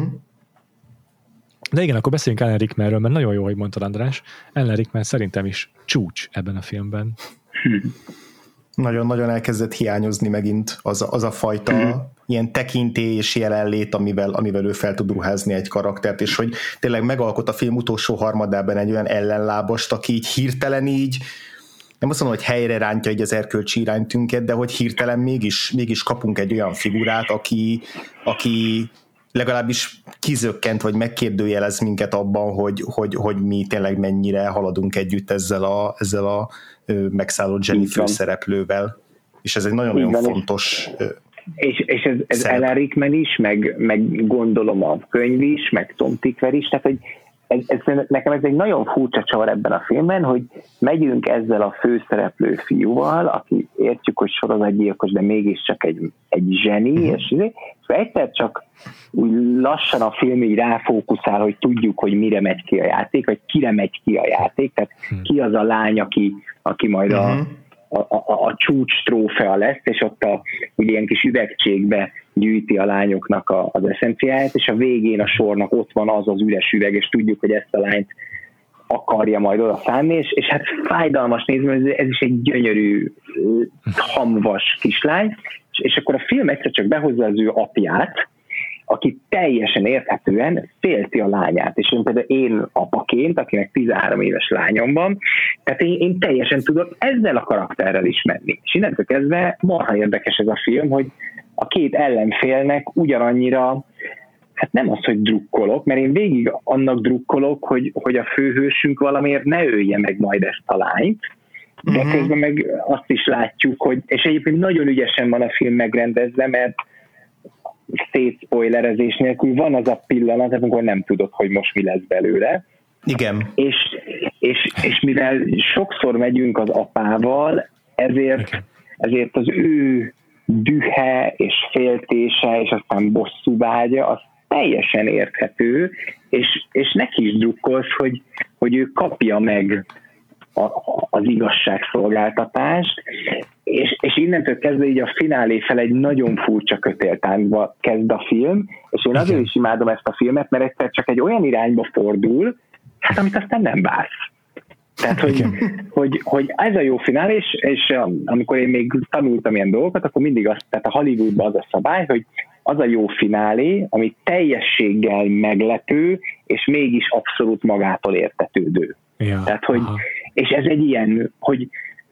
Speaker 1: De igen, akkor beszéljünk Alan Rickmanről, mert nagyon jó, hogy mondtad, András. Alan Rickman szerintem is csúcs ebben a filmben.
Speaker 2: Hm. Nagyon-nagyon elkezdett hiányozni megint az a, az a fajta mm. ilyen tekintély és jelenlét, amivel, amivel ő fel tud ruházni egy karaktert, és hogy tényleg megalkot a film utolsó harmadában egy olyan ellenlábast, aki így hirtelen így, nem azt mondom, hogy helyre rántja így az erkölcsi iránytünket, de hogy hirtelen mégis, mégis kapunk egy olyan figurát, aki, aki legalábbis kizökkent, vagy megkérdőjelez minket abban, hogy, hogy, hogy mi tényleg mennyire haladunk együtt ezzel a, ezzel a megszállott Jenny főszereplővel. És ez egy nagyon-nagyon fontos
Speaker 3: És, és ez, ez Alan Rickman is, meg, meg gondolom a könyv is, meg Tom Tykwer is, tehát hogy ez, ez, nekem ez egy nagyon furcsa csavar ebben a filmben, hogy megyünk ezzel a főszereplő fiúval, aki értjük, hogy sorozatgyilkos, de mégiscsak egy, egy zseni, uh-huh. és, és egyszer csak úgy lassan a film így ráfókuszál, hogy tudjuk, hogy mire megy ki a játék, vagy kire megy ki a játék, tehát uh-huh. ki az a lány, aki, aki majd uh-huh. a A, a, a csúcs trófea lesz, és ott a, ugye ilyen kis üvegcségbe gyűjti a lányoknak a, az eszenciáját, és a végén a sornak ott van az az üres üveg, és tudjuk, hogy ezt a lányt akarja majd oda szánni, és, és hát fájdalmas nézni, ez, ez is egy gyönyörű, hamvas kislány, és, és akkor a film egyszer csak behozza az ő apját, aki teljesen érthetően félti a lányát, és én például én apaként, akinek tizenhárom éves lányom van, tehát én, én teljesen tudok ezzel a karakterrel is menni. És innentől kezdve marha érdekes ez a film, hogy a két ellenfélnek ugyanannyira, hát nem az, hogy drukkolok, mert én végig annak drukkolok, hogy, hogy a főhősünk valamiért ne ölje meg majd ezt a lányt, de uh-huh. közben meg azt is látjuk, hogy, és egyébként nagyon ügyesen van a film megrendezve, mert szétszpoilerezés nélkül van az a pillanat, amikor nem tudod, hogy most mi lesz belőle.
Speaker 2: Igen.
Speaker 3: És, és, és mivel sokszor megyünk az apával, ezért, ezért az ő dühe és féltése, és aztán bosszúvágya, az teljesen érthető, és, és neki is drukkolsz, hogy, hogy ő kapja meg a, az igazságszolgáltatást, és, és innentől kezdve így a finálé fel egy nagyon furcsa kötéltáncba kezd a film, és én azért is imádom ezt a filmet, mert egyszer csak egy olyan irányba fordul, hát amit aztán nem vársz. Tehát, hogy, hogy, hogy ez a jó finálé, és, és amikor én még tanultam ilyen dolgokat, akkor mindig azt, tehát a Hollywoodban az a szabály, hogy az a jó finálé, ami teljességgel meglepő, és mégis abszolút magától értetődő. Ja, tehát, hogy, és ez egy ilyen, hogy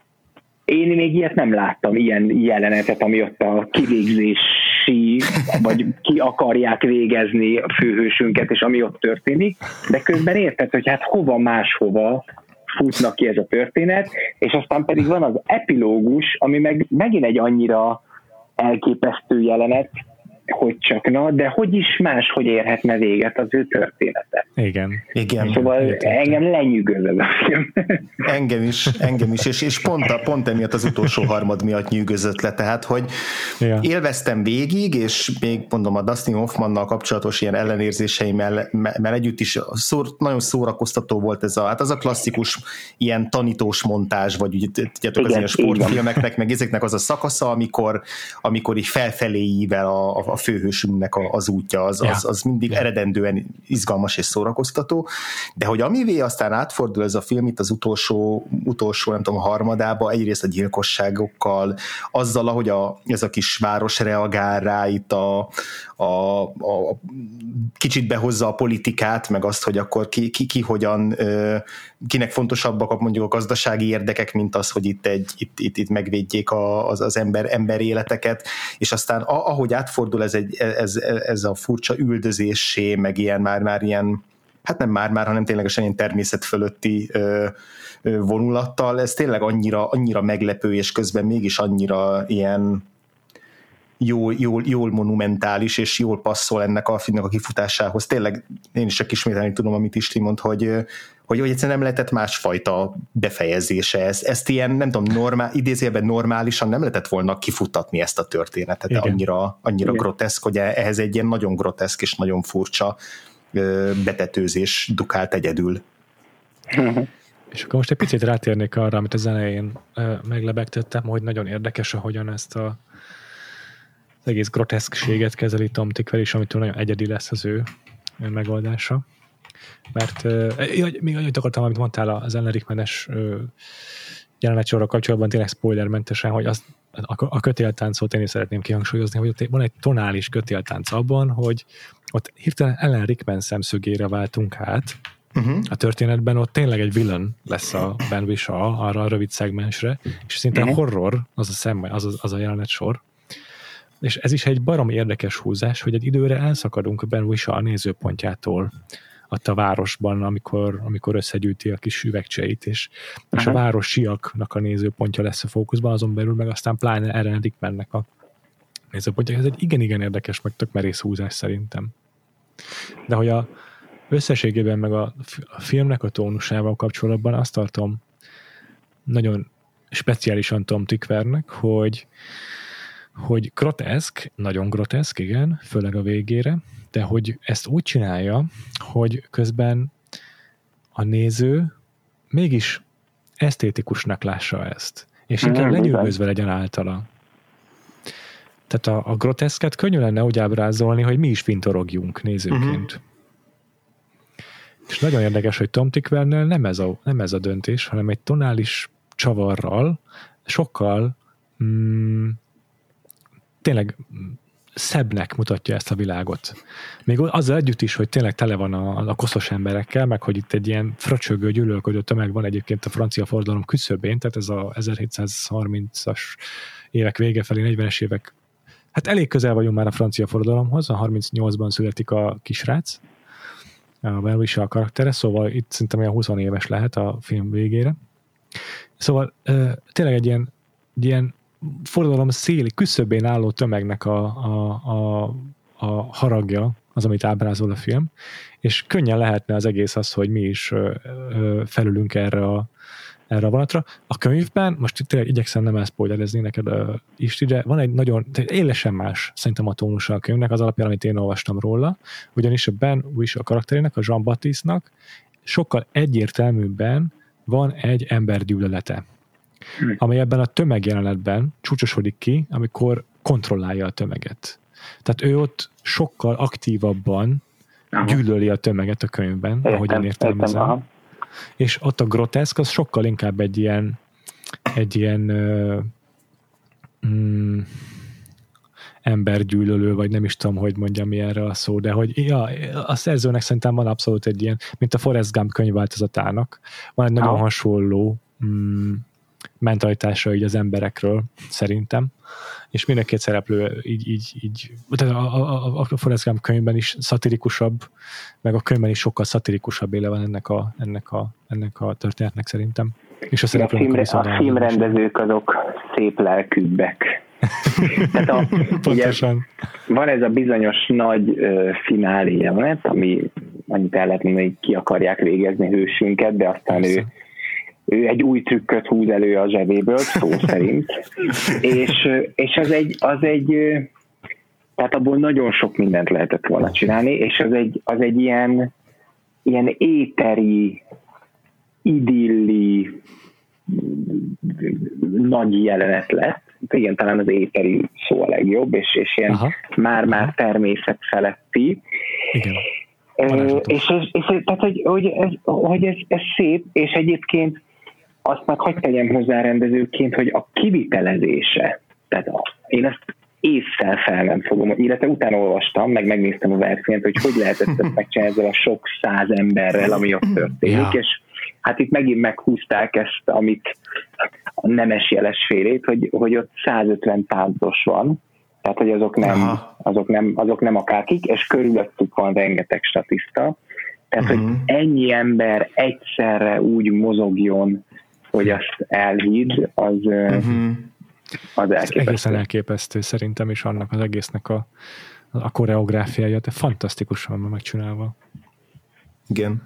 Speaker 3: én még ilyet nem láttam, ilyen jelenetet, ami ott a kivégzési, vagy ki akarják végezni a főhősünket, és ami ott történik, de közben érted, hogy hát hova máshova futnak ki ez a történet, és aztán pedig van az epilógus, ami meg megint egy annyira elképesztő jelenet, hogy csak na, de hogy is más, hogy érhetne véget az ő története.
Speaker 1: Igen.
Speaker 2: Igen.
Speaker 3: Szóval igen. Engem lenyűgöz ez a film.
Speaker 2: Engem is, engem is, és, és pont, a, pont emiatt az utolsó harmad miatt nyűgözött le, tehát, hogy ja. élveztem végig, és még mondom a Dustin Hoffmannal kapcsolatos ilyen ellenérzéseimmel mert együtt is szó, nagyon szórakoztató volt ez a, hát az a klasszikus ilyen tanítós montázs, vagy ugye, tudjátok, az ilyen sportfilmeknek, meg ezeknek az a szakasza, amikor, amikor így felfelé ível a, a főhősünknek az útja, az, az, az mindig eredendően izgalmas és szórakoztató, de hogy amivé aztán átfordul ez a film itt az utolsó, utolsó nem tudom, harmadába, egyrészt a gyilkosságokkal, azzal, ahogy a, ez a kis város reagál rá itt a, a, a kicsit behozza a politikát, meg azt, hogy akkor ki, ki, ki hogyan, kinek fontosabbak mondjuk a gazdasági érdekek, mint az, hogy itt, egy, itt, itt, itt megvédjék a, az, az ember, ember életeket, és aztán ahogy átfordul ez, egy, ez, ez a furcsa üldözésé, meg ilyen már-már ilyen, hát nem már-már, hanem ténylegesen ilyen természet fölötti ö, ö, vonulattal, ez tényleg annyira, annyira meglepő, és közben mégis annyira ilyen jól, jól, jól monumentális, és jól passzol ennek a filmnek a kifutásához. Tényleg én is csak ismételni tudom, amit Isti mond, hogy, hogy, hogy egyszerűen nem lehetett másfajta befejezése. Ezt, ezt ilyen, nem tudom, normál, idézőjelben normálisan nem lehetett volna kifutatni ezt a történetet. Igen. Annyira, annyira groteszk, hogy ehhez egy ilyen nagyon groteszk és nagyon furcsa betetőzés dukált egyedül.
Speaker 1: És akkor most egy picit rátérnék arra, amit az elején meglebegtettem, hogy nagyon érdekes, ahogyan ezt a az egész groteszkséget kezeli Tom Tykwer, és amitől nagyon egyedi lesz az ő megoldása. Mert uh, még annyit akartam, amit mondtál az Alan Rickman-es uh, jelenetsorral kapcsolatban, tényleg spoilermentesen, hogy azt, a, a kötéltáncot én is szeretném kihangsúlyozni, hogy ott van egy tonális kötéltánc abban, hogy ott hirtelen Alan Rickman szemszögére váltunk át, uh-huh. a történetben ott tényleg egy villain lesz a Ben Whishaw arra a rövid szegmensre, és szinte uh-huh. horror az a, szem, az, a, az a jelenet sor. És ez is egy baromi érdekes húzás, hogy egy időre elszakadunk Ben Whishaw nézőpontjától ott a városban, amikor, amikor összegyűjti a kis üvegcseit, és, és a városiaknak a nézőpontja lesz a fókuszban, azon belül meg aztán pláne Alan Rickmannek a nézőpontja. Ez egy igen-igen érdekes, meg tök merész húzás szerintem. De hogy a, összességében meg a, a filmnek a tónusával kapcsolatban azt tartom nagyon speciálisan Tom Tykwernek, hogy, hogy groteszk, nagyon groteszk, igen, főleg a végére, de hogy ezt úgy csinálja, hogy közben a néző mégis esztétikusnak lássa ezt, és inkább lenyűgözve legyen általa. Tehát a, a groteszket könnyű lenne úgy ábrázolni, hogy mi is fintorogjunk nézőként. Uh-huh. És nagyon érdekes, hogy Tom Tykwernél nem ez a, nem ez a döntés, hanem egy tonális csavarral sokkal mm, tényleg szebbnek mutatja ezt a világot. Még azzal együtt is, hogy tényleg tele van a, a koszos emberekkel, meg hogy itt egy ilyen fröcsögő, gyűlölködő tömeg van egyébként a francia forradalom küszöbén, tehát ez a ezerhétszázharmincas évek vége felé, negyvenes évek, hát elég közel vagyunk már a francia forradalomhoz, a harmincnyolcban születik a kisrác, a Belvisa a karaktere, szóval itt szerintem olyan húsz éves lehet a film végére. Szóval tényleg egy ilyen, egy ilyen forradalom széli, küszöbén álló tömegnek a, a, a, a haragja az, amit ábrázol a film, és könnyen lehetne az egész az, hogy mi is ö, ö, felülünk erre a, erre a vonatra. A könyvben, most tényleg igyekszem nem elszpoilerezni neked ö, is, de van egy nagyon, élesen más szerintem a tónusa a könyvnek, az alapján, amit én olvastam róla, ugyanis a Ben Whishaw karakterének, a Jean-Baptiste-nak sokkal egyértelműbben van egy embergyűlölete, amely ebben a tömegjelenetben csúcsosodik ki, amikor kontrollálja a tömeget. Tehát ő ott sokkal aktívabban aha. gyűlöli a tömeget a könyvben, értem, ahogy én értelmezem. Értem, és ott a groteszk az sokkal inkább egy ilyen egy ilyen uh, mm, embergyűlölő, vagy nem is tudom, hogy mondjam mi erre a szó, de hogy ja, a szerzőnek szerintem van abszolút egy ilyen, mint a Forrest Gump könyvváltozatának, van egy nagyon aha. hasonló mm, mentalitása így az emberekről, szerintem. És mind a két szereplő így, így, így tehát a, a, a Forrest Gump könyvben is szatirikusabb, meg a könyvben is sokkal szatirikusabb éle van ennek a, ennek a, ennek a történetnek szerintem. És a,
Speaker 3: a, film, a filmrendezők azok szép lelkűbbek. Tehát a,
Speaker 1: pontosan.
Speaker 3: Ugye, van ez a bizonyos nagy uh, finálé jelenet, ami annyit el lehet mondani, hogy ki akarják végezni hősünket, de aztán persze. ő ő egy új trükköt húz elő a zsebéből, szó szerint, és, és az egy, az egy, tehát abból nagyon sok mindent lehetett volna csinálni, és az egy, az egy ilyen, ilyen éteri, idilli, nagy jelenet lett. Igen, talán az éteri szó a legjobb, és, és ilyen aha. már-már természet feletti.
Speaker 1: Igen.
Speaker 3: E, és, ez, és tehát, hogy, hogy, ez, hogy ez, ez szép, és egyébként azt meg hagyd tegyem hozzá rendezőként, hogy a kivitelezése, tehát a, én ezt ésszel fel nem fogom, illetve utána olvastam, meg megnéztem a versenyt, hogy hogy lehet ezt megcsinálni ezzel a sok száz emberrel, ami ott történik, ja. és hát itt megint meghúzták ezt, amit a nemes jeles félét, hogy, hogy ott százötven táncos van, tehát hogy azok nem, azok nem, azok nem akárkik, és körülöttük van rengeteg statiszta, tehát uh-huh. hogy ennyi ember egyszerre úgy mozogjon, hogy azt elhidd, az, uh-huh. az elképesztő.
Speaker 1: Egészen elképesztő szerintem is annak az egésznek a, a koreográfiája, de fantasztikusan van megcsinálva.
Speaker 2: Igen.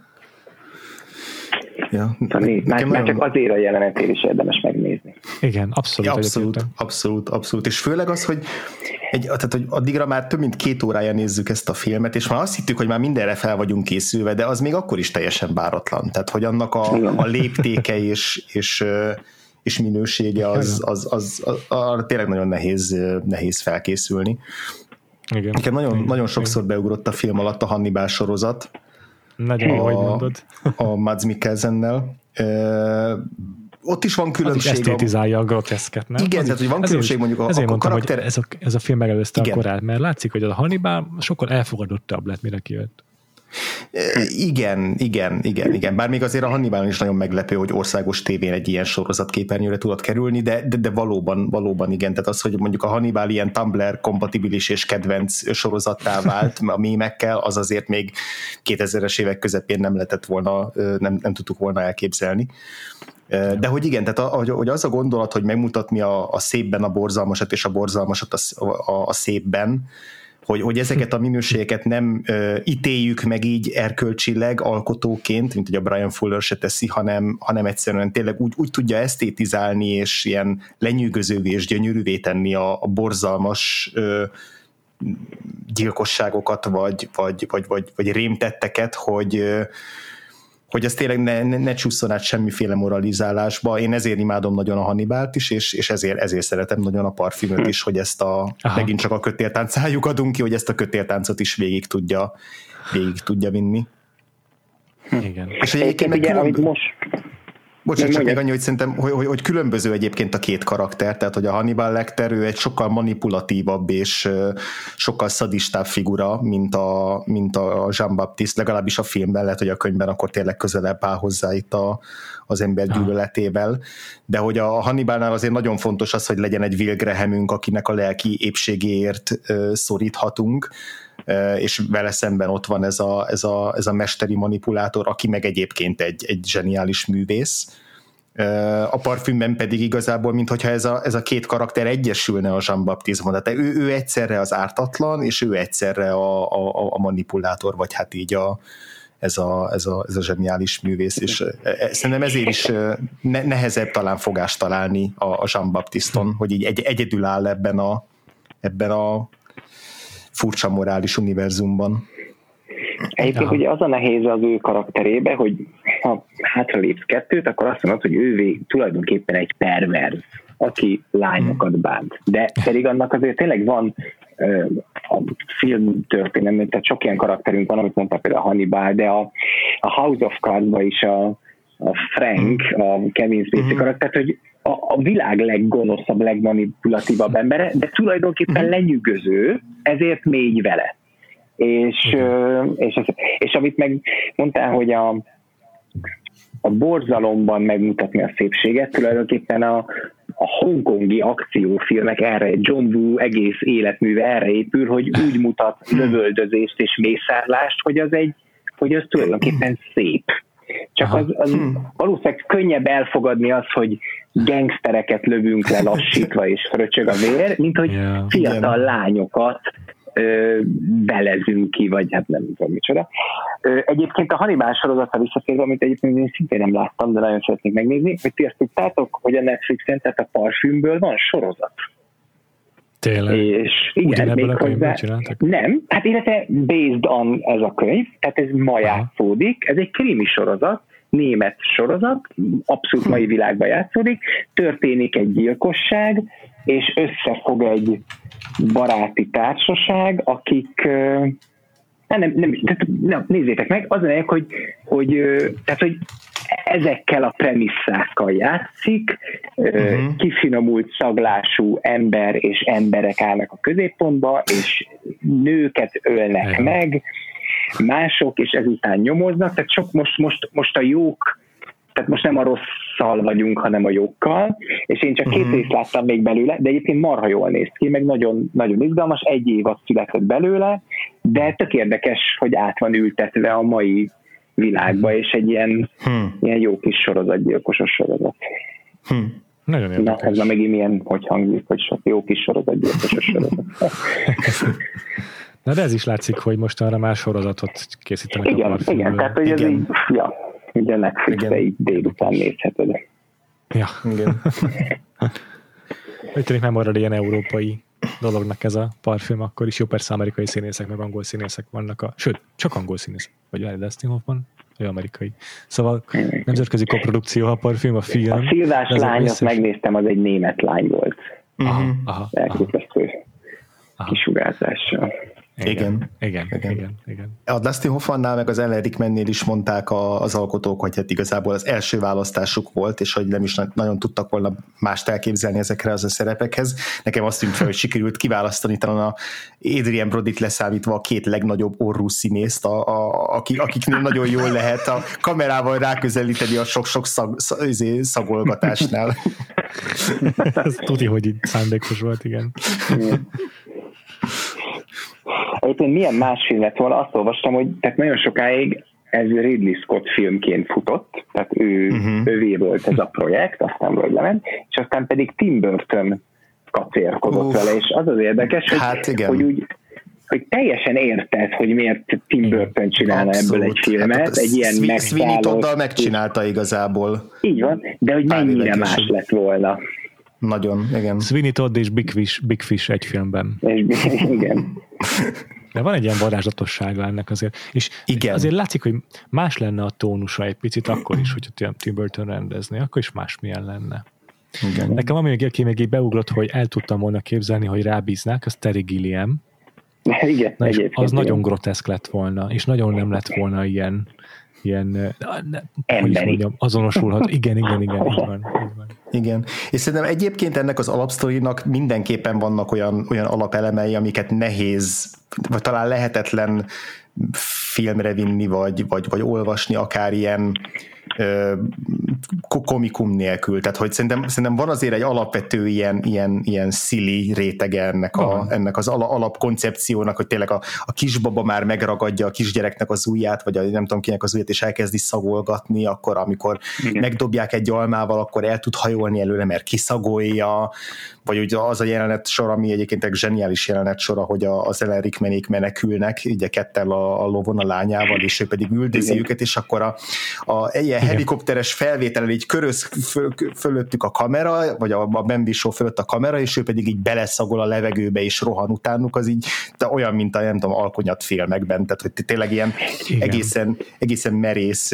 Speaker 2: Ja.
Speaker 3: Szóval már, már csak azért a jelenetét is érdemes megnézni.
Speaker 1: Igen, abszolút.
Speaker 2: Ja, abszolút, abszolút, abszolút. És főleg az, hogy, egy, tehát, hogy addigra már több mint két órája nézzük ezt a filmet, és már azt hittük, hogy már mindenre fel vagyunk készülve, de az még akkor is teljesen báratlan. Tehát, hogy annak a, a léptéke és, és, és minősége az, az, az, az, az tényleg nagyon nehéz, nehéz felkészülni.
Speaker 1: Igen.
Speaker 2: Nekem nagyon, Igen. nagyon sokszor beugrott a film alatt a Hannibal sorozat,
Speaker 1: nagyon a, hogy mondod.
Speaker 2: A Mads Mikkelsennel. Uh, ott is van különbség.
Speaker 1: Az is esztétizálja a groteszket, nem?
Speaker 2: Igen, tehát hogy van különbség mondjuk a,
Speaker 1: ezért
Speaker 2: a
Speaker 1: mondtam,
Speaker 2: karakter...
Speaker 1: hogy ez a, ez a film megelőzte igen. a korát, mert látszik, hogy a Hannibal sokkal elfogadottabb lett, mire kijött.
Speaker 2: Igen, igen, igen, igen. Bár még azért a Hannibalon is nagyon meglepő, hogy országos tévén egy ilyen sorozat képernyőre tudott kerülni, de, de, de valóban, valóban igen. Tehát az, hogy mondjuk a Hannibal ilyen Tumblr kompatibilis és kedvenc sorozattá vált a mémekkel, az azért még kétezres évek közepén nem lehetett volna, nem, nem tudtuk volna elképzelni. De hogy igen, tehát a, hogy az a gondolat, hogy megmutatni a, a szépben a borzalmasat és a borzalmasat a, a, a szépben, hogy, hogy ezeket a minőségeket nem ö, ítéljük meg így erkölcsileg alkotóként, mint hogy a Brian Fuller se teszi, hanem, hanem egyszerűen tényleg úgy, úgy tudja esztétizálni, és ilyen lenyűgözővé és gyönyörűvé tenni a, a borzalmas ö, gyilkosságokat, vagy, vagy, vagy, vagy, vagy rémtetteket, hogy ö, hogy ez tényleg ne, ne, ne csúszson át semmiféle moralizálásba. Én ezért imádom nagyon a Hannibalt is, és, és ezért, ezért szeretem nagyon a Parfümöt is, hogy ezt a, Aha. megint csak a kötéltáncájuk adunk ki, hogy ezt a kötéltáncot is végig tudja, végig tudja vinni.
Speaker 1: Igen.
Speaker 2: És egyébként meg különb... most... Bocsánat, csak még annyi, hogy szerintem, hogy, hogy, hogy különböző egyébként a két karakter, tehát hogy a Hannibal Lecter, ő egy sokkal manipulatívabb és sokkal szadistább figura, mint a, mint a Jean-Baptiste, legalábbis a filmben, lehet, hogy a könyvben akkor tényleg közelebb áll hozzá itt a, az ember gyűlöletével, de hogy a Hannibalnál azért nagyon fontos az, hogy legyen egy Will Grahamünk, akinek a lelki épségéért szoríthatunk, és vele szemben ott van ez a, ez a, ez a mesteri manipulátor, aki meg egyébként egy, egy zseniális művész. A Parfümben pedig igazából, minthogyha ez a, ez a két karakter egyesülne a Jean-Baptiste-ban, tehát ő, ő egyszerre az ártatlan, és ő egyszerre a, a, a manipulátor, vagy hát így a, ez, a, ez, a, ez a zseniális művész, és szerintem ezért is ne, nehezebb talán fogást találni a, a Jean-Baptiste-on, hogy így egy, egyedül áll ebben a, ebben a furcsa morális univerzumban.
Speaker 3: Egyébként ugye az a nehéz az ő karakterébe, hogy ha hátralépsz kettőt, akkor azt mondod, hogy ő tulajdonképpen egy perverz, aki lányokat bánt. De pedig annak azért tényleg van uh, a film történelmében, tehát sok ilyen karakterünk van, amit mondta például a Hannibal, de a, a House of Cards-ban is a, a Frank, a Kevin Spacey karakter, hogy a, a világ leggonoszabb, legmanipulatívabb embere, de tulajdonképpen lenyűgöző, ezért mégy vele. És, és, és amit meg mondtál, hogy a, a borzalomban megmutatni a szépséget, tulajdonképpen a, a hongkongi akciófilmek erre, John Woo egész életműve erre épül, hogy úgy mutat lövöldözést és mészárlást, hogy az egy, hogy az tulajdonképpen szép. Csak az, az valószínűleg könnyebb elfogadni az, hogy gangstereket lövünk le lassítva és fröcsög a vér, mint hogy yeah, fiatal yeah. lányokat ö, belezünk ki, vagy hát nem tudom micsoda. Ö, egyébként a Hannibal sorozatra visszatérve, amit egyébként én szintén nem láttam, de nagyon szeretnék megnézni, hogy ti azt tudtátok, hogy a Netflixen, tehát a Parfümből van sorozat.
Speaker 1: Tényleg?
Speaker 3: És igen, még hozzá... Nem, hát illetve based on ez a könyv, tehát ez ma játszódik, ez egy krimi sorozat, német sorozat, abszolút mai világban játszódik, történik egy gyilkosság, és összefog egy baráti társaság, akik nem, nem, nem, nem nézzétek meg, az a lényeg, hogy, hogy, tehát, hogy ezekkel a premisszákkal játszik, uh-huh. kifinomult szaglású ember és emberek állnak a középpontba, és nőket ölnek uh-huh. meg, mások, és ezután nyomoznak, tehát sok most, most, most a jók, tehát most nem a rosszal vagyunk, hanem a jókkal, és én csak uh-huh. két részt láttam még belőle, de egyébként marha jól néz ki, meg nagyon, nagyon izgalmas, egy évad született belőle, de tök érdekes, hogy át van ültetve a mai világba, és egy ilyen, hmm. ilyen jó kis sorozatgyilkosos sorozat.
Speaker 1: Hmm. Nagyon érdekes.
Speaker 3: Na, ez a megint milyen, hogy hangzik, hogy sok jó kis sorozatgyilkosos sorozat.
Speaker 1: Na, de ez is látszik, hogy most arra más sorozatot készítenek
Speaker 3: igen,
Speaker 1: a Parfümből.
Speaker 3: Igen, tehát hogy ez így, ja, ugye Netflixre így délután nézheted.
Speaker 1: Ja. Igen. Úgy tűnik nem marad ilyen európai dolognak ez a Parfüm, akkor is jó, persze amerikai színészek, meg angol színészek vannak, a, sőt, csak angol színészek, vagy várj, Dustin Hoffman, vagy amerikai. Szóval nemzetközi koprodukció a Parfüm, a film.
Speaker 3: A Szilvás lányot összes... megnéztem, az egy német lány volt.
Speaker 1: Aha, aha,
Speaker 3: elképesztő kisugárzással.
Speaker 1: Igen. Igen, igen, igen, igen.
Speaker 2: A Dustin Hoffmannál meg az Alan Rickmannél is mondták a, az alkotók, hogy hát igazából az első választásuk volt, és hogy nem is nagyon tudtak volna mást elképzelni ezekre az a szerepekhez. Nekem azt tűnt fel, hogy sikerült kiválasztani talán a Adrien Brodyt leszámítva a két legnagyobb orrú színészt, a, a, akik, akiknél nagyon jól lehet a kamerával ráközelíteni a sok-sok szag, szagolgatásnál.
Speaker 1: Ez tudja, hogy itt szándékos volt, igen.
Speaker 3: Egyébként milyen más film lett volna, azt olvastam, hogy tehát nagyon sokáig ez Ridley Scott filmként futott, tehát ő, uh-huh. ővé volt ez a projekt, aztán vagy lement, és aztán pedig Tim Burton kacérkodott uh, vele, és az az érdekes, hogy,
Speaker 2: hát
Speaker 3: hogy úgy hogy teljesen érted, hogy miért Tim Burton csinálna ebből egy filmet, hát, egy ilyen
Speaker 2: megszálló... Sweeney Toddal megcsinálta
Speaker 3: és...
Speaker 2: igazából.
Speaker 3: Így van, de hogy mennyire más lett volna.
Speaker 2: Nagyon, igen.
Speaker 1: Sweeney Todd és Big Fish, Big Fish egy filmben.
Speaker 3: És, igen.
Speaker 1: De van egy ilyen varázslatossága ennek azért. És igen. Azért látszik, hogy más lenne a tónusa egy picit akkor is, hogyha Tim Burton rendezné, akkor is másmilyen lenne. Igen. Nekem ami még, aki még így beugrott, hogy el tudtam volna képzelni, hogy rábíznák, az Terry Gilliam.
Speaker 3: Igen,
Speaker 1: na, és az nagyon groteszk lett volna, és nagyon nem lett volna ilyen, ilyen ne, hogy is mondjam, azonosulhat. Igen, igen, igen, így van, így van.
Speaker 2: Igen, és szerintem egyébként ennek az alapsztorinak mindenképpen vannak olyan, olyan alapelemei, amiket nehéz, vagy talán lehetetlen filmre vinni, vagy, vagy, vagy olvasni, akár ilyen komikum nélkül. Tehát, hogy szerintem, szerintem van azért egy alapvető ilyen, ilyen, ilyen szili rétege ennek, a, ennek az alapkoncepciónak, hogy tényleg a, a kisbaba már megragadja a kisgyereknek az ujját, vagy a, nem tudom kinek az ujját, és elkezdi szagolgatni, akkor amikor igen. megdobják egy almával, akkor el tud hajolni előle, mert kiszagolja, vagy ugye az a jelenet sor, ami egyébként egy zseniális jelenet sor, hogy a, az Alan Rickmanék menekülnek, ugye kettel a, a lovon a lányával, és ő pedig üldözi igen. őket, és akkor a, a ilyen igen. helikopteres felvételen így köröz föl, fölöttük a kamera, vagy a, a Ben Whishaw fölött a kamera, és ő pedig így beleszagol a levegőbe, és rohan utánuk, az így de olyan, mint a nem tudom, alkonyat filmekben, tehát hogy tényleg ilyen egészen, egészen merész,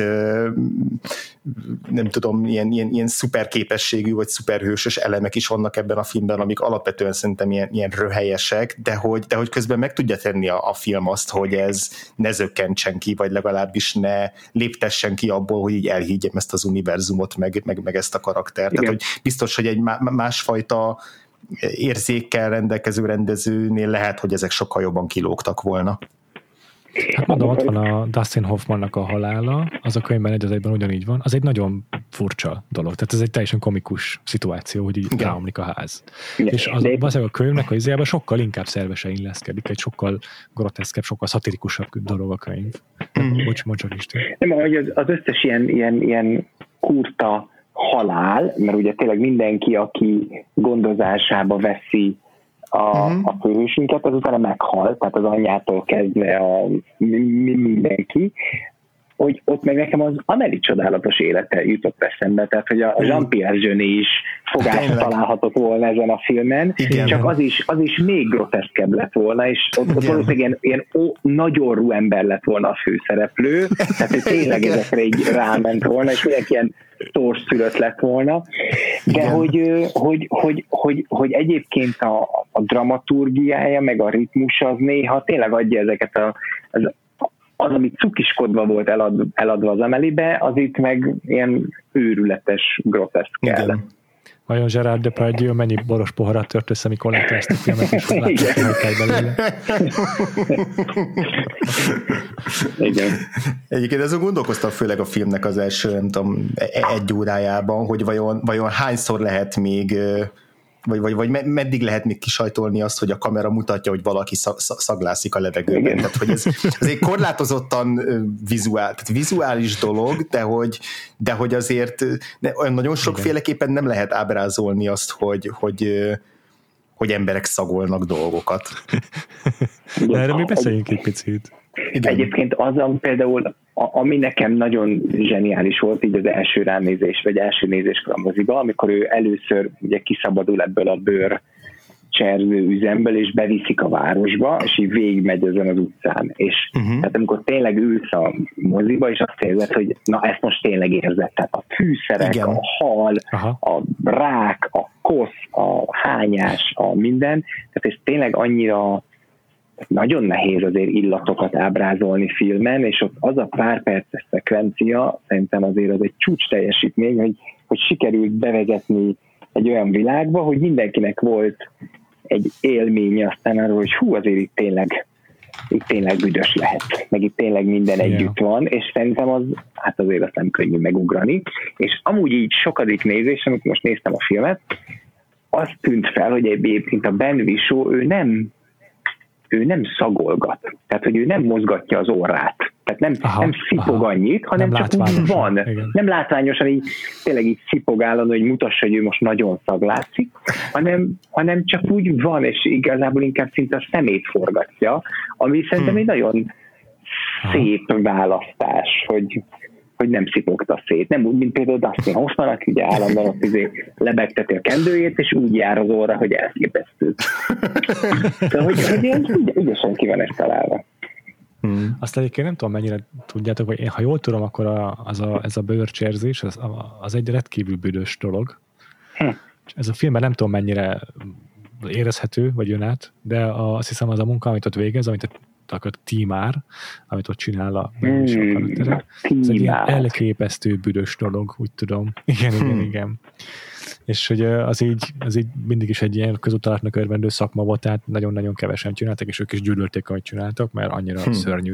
Speaker 2: nem tudom, ilyen, ilyen, ilyen szuperképességű, vagy szuperhősös elemek is vannak ebben a filmben, amik alapvetően szerintem ilyen, ilyen röhelyesek, de hogy, de hogy közben meg tudja tenni a, a film azt, hogy ez ne zökkentsen ki, vagy legalábbis ne léptessen ki abból, hogy így elhiggyem ezt az univerzumot, meg, meg, meg ezt a karaktert. Igen. Tehát, hogy biztos, hogy egy másfajta érzékkel rendelkező rendezőnél lehet, hogy ezek sokkal jobban kilógtak volna.
Speaker 1: Hát mondom, ott van a Dustin Hoffmannak a halála, az a könyvben egy az egyben ugyanígy van, az egy nagyon furcsa dolog, tehát ez egy teljesen komikus szituáció, hogy így ráomlik a ház. Igen. És az, valószínűleg a könyvnek a izjában sokkal inkább szervesen illeszkedik, egy sokkal groteszkebb, sokkal szatirikusabb dolog a könyv. Mm. Bocs, mondj csak Isten.
Speaker 3: Nem, hogy az, az összes ilyen, ilyen, ilyen kurta halál, mert ugye tényleg mindenki, aki gondozásába veszi a, uh-huh. a főhősünket, az utána meghal, tehát az anyjától kezdve a mindenki, hogy ott meg nekem az Amélie csodálatos élete jutott eszembe, tehát hogy a Jean-Pierre Jeunet is fogásra találhatott volna ezen a filmen, igen. csak az is, az is még groteszkebb lett volna, és ott, ott valószínűleg ilyen, ilyen ó, nagyorú ember lett volna a főszereplő, tehát hogy tényleg ezekre így ráment volna, és mindenki ilyen torszülött lett volna, de hogy, hogy, hogy, hogy, hogy egyébként a, a dramaturgiája, meg a ritmusa az néha tényleg adja ezeket a, az, az, ami cukiskodva volt elad, eladva az Amélie-be, az itt meg ilyen őrületes, groteszk kell.
Speaker 1: Vajon Gerard Depardieu mennyi boros poharat tört össze, mikor látta ezt a filmet, és látta, hogy kell belőle.
Speaker 3: Igen.
Speaker 2: Egyébként ezzel gondolkoztam főleg a filmnek az első, nem tudom, egy órájában, hogy vajon, vajon hányszor lehet még, vagy, vagy, vagy meddig lehet még kisajtolni azt, hogy a kamera mutatja, hogy valaki szaglászik a levegőben. Igen. Tehát, hogy ez, ez egy korlátozottan vizuál, tehát vizuális dolog, de hogy, de hogy azért olyan nagyon sokféleképpen nem lehet ábrázolni azt, hogy, hogy, hogy emberek szagolnak dolgokat.
Speaker 1: De erre mi beszéljünk egy picit.
Speaker 3: Igen. Egyébként az, például, ami nekem nagyon zseniális volt így az első ránézés, vagy első nézéskor a moziba, amikor ő először ugye kiszabadul ebből a bőr cserző üzemből, és beviszik a városba, és így végigmegy ezen az utcán. És uh-huh. tehát amikor tényleg ülsz a moziba, és azt érzed, hogy na ezt most tényleg érzed. Tehát a fűszerek, igen. a hal, aha. a rák, a kosz, a hányás, a minden. Tehát ez tényleg annyira nagyon nehéz azért illatokat ábrázolni filmen, és ott az a pár perces szekvencia, szerintem azért az egy csúcs teljesítmény, hogy, hogy sikerült bevezetni egy olyan világba, hogy mindenkinek volt egy élménye aztán arról, hogy hú, azért itt tényleg, itt tényleg büdös lehet, meg itt tényleg minden yeah. együtt van, és szerintem az, hát azért azt nem könnyű megugrani, és amúgy így sokadik nézés, amikor most néztem a filmet, azt tűnt fel, hogy egyébként a Ben Whishaw, ő nem ő nem szagolgat. Tehát, hogy ő nem mozgatja az orrát. Tehát nem, aha, nem szipog aha. annyit, hanem nem csak úgy van. Igen. Nem látványosan így tényleg így szipogállan, hogy mutassa, hogy ő most nagyon szaglátszik, hanem, hanem csak úgy van, és igazából inkább szinte a szemét forgatja, ami szerintem hmm. egy nagyon szép választás, hogy, hogy nem szipogta szét. Nem úgy, mint például Dustin Hoffman, aki ugye állandóan ott izé lebegteti a kendőjét, és úgy jár az orra, hogy elképesztő. Szóval, hogy, hogy ilyen ügy, ügyesen ki van ezt találva.
Speaker 1: Hmm. Azt egyébként nem tudom, mennyire tudjátok, vagy én, ha jól tudom, akkor a, az a, ez a bőrcsérzés, az, az egy rendkívül büdös dolog. Hm. Ez a filmben nem tudom, mennyire érezhető, vagy jön át, de a, azt hiszem az a munka, amit ott végez, amit a Tímár, amit ott csinál a hmm. karaktere. Ez egy ilyen elképesztő büdös dolog, úgy tudom. Igen, igen, hmm. igen. És hogy az így, az így mindig is egy ilyen közutalatnak örvendő szakma volt, tehát nagyon-nagyon kevesen csináltak, és ők is gyűlölték, ahogy csináltak, mert annyira hmm. szörnyű.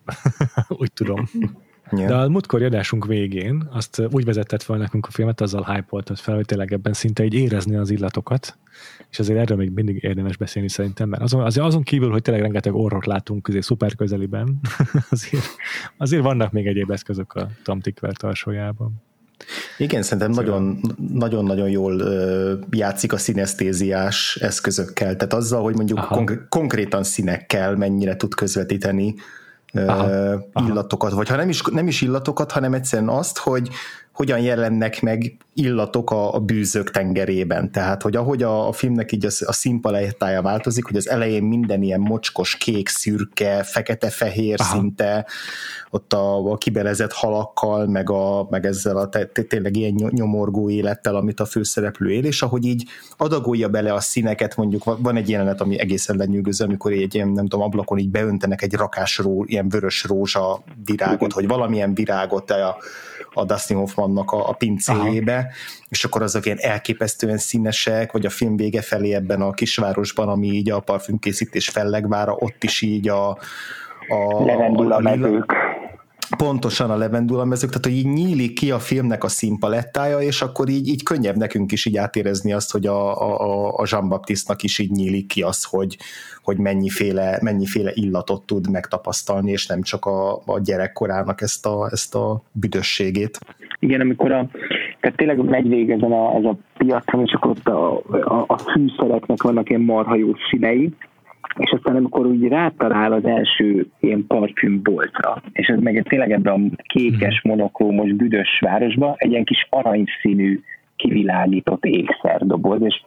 Speaker 1: Úgy tudom. Yeah. De a múltkori adásunk végén azt úgy vezetett fel nekünk a filmet, azzal hype-oltad fel, hogy tényleg ebben szinte így érezni az illatokat, és azért erről még mindig érdemes beszélni szerintem, mert azon, azért azon kívül, hogy tényleg rengeteg orrot látunk azért szuper közeliben, azért, azért vannak még egyéb eszközök a Tom Tykwer tarsójában.
Speaker 2: Igen, szerintem nagyon, nagyon-nagyon jól uh, játszik a szinesztéziás eszközökkel, tehát azzal, hogy mondjuk konk- konkrétan színekkel mennyire tud közvetíteni Aha, uh, illatokat, vagy ha nem is, nem is illatokat, hanem egyszerűen azt, hogy hogyan jelennek meg illatok a, a bűzök tengerében. Tehát, hogy ahogy a, a filmnek így a, a színpalettája változik, hogy az elején minden ilyen mocskos, kék, szürke, fekete-fehér Aha. szinte, ott a, a kibelezett halakkal, meg, a, meg ezzel a te, tényleg ilyen nyomorgó élettel, amit a főszereplő él, és ahogy így adagolja bele a színeket, mondjuk van egy jelenet, ami egészen lenyűgöző, amikor egy ilyen, nem tudom, ablakon így beöntenek egy rakás ró, ilyen vörös rózsa virágot, hogy valamilyen virágot a, a Dustin Hoffmannak a, a pincéjébe, Aha. és akkor azok ilyen elképesztően színesek, vagy a film vége felé ebben a kisvárosban, ami így a parfümkészítés fellegvára, ott is így a, a
Speaker 3: levendula mezők.
Speaker 2: Pontosan a levendula mezők, tehát hogy így nyílik ki a filmnek a színpalettája, és akkor így, így könnyebb nekünk is így átérezni azt, hogy a, a, a Jean-Baptiste-nak is így nyílik ki az, hogy, hogy mennyiféle, mennyiféle illatot tud megtapasztalni, és nem csak a, a gyerekkorának ezt a, ezt a büdösségét.
Speaker 3: Igen, amikor a, tehát tényleg megy végig ezen a, ez a piacon, és akkor ott a, a, a fűszereknek vannak ilyen marha jó színei, és aztán amikor úgy rátalál az első ilyen parfümboltra, és ez meg tényleg ebben a kékes, monokrómos, büdös városban egy ilyen kis aranyszínű kivilágított ékszerdoboz, és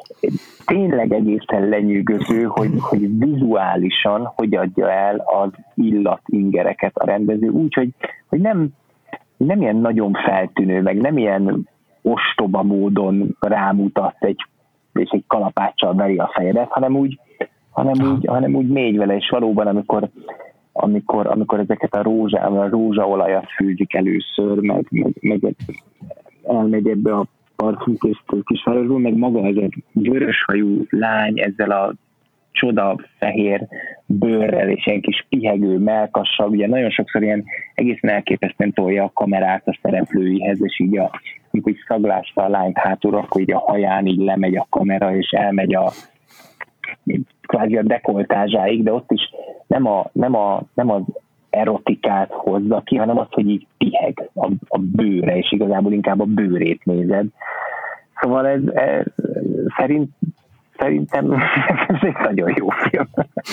Speaker 3: tényleg egészen lenyűgöző, hogy, hogy vizuálisan hogy adja el az illatingereket a rendező, úgy, hogy, hogy nem, nem ilyen nagyon feltűnő, meg nem ilyen ostoba módon rámutat egy, és egy kalapáccsal veri a fejedet, hanem úgy hanem úgy, hanem úgy mégy vele, és valóban, amikor, amikor, amikor ezeket a, rózsá, a rózsaolajat fűzik először, meg, meg, meg elmegy ebbe a parfümkészítő kisvárosból, meg maga ez a vöröshajú lány ezzel a csoda fehér bőrrel és ilyen kis pihegő mellkassal, ugye nagyon sokszor ilyen egészen elképesztően tolja a kamerát a szereplőihez, és így a, amikor így szaglásra a lányt hátulra, akkor így a haján így lemegy a kamera, és elmegy a kvázi a dekoltázsáig, de ott is nem, a, nem, a, nem az erotikát hozza ki, hanem azt, hogy így piheg a, a bőre, és igazából inkább a bőrét nézed. Szóval ez, ez szerint, szerintem ez egy nagyon jó film.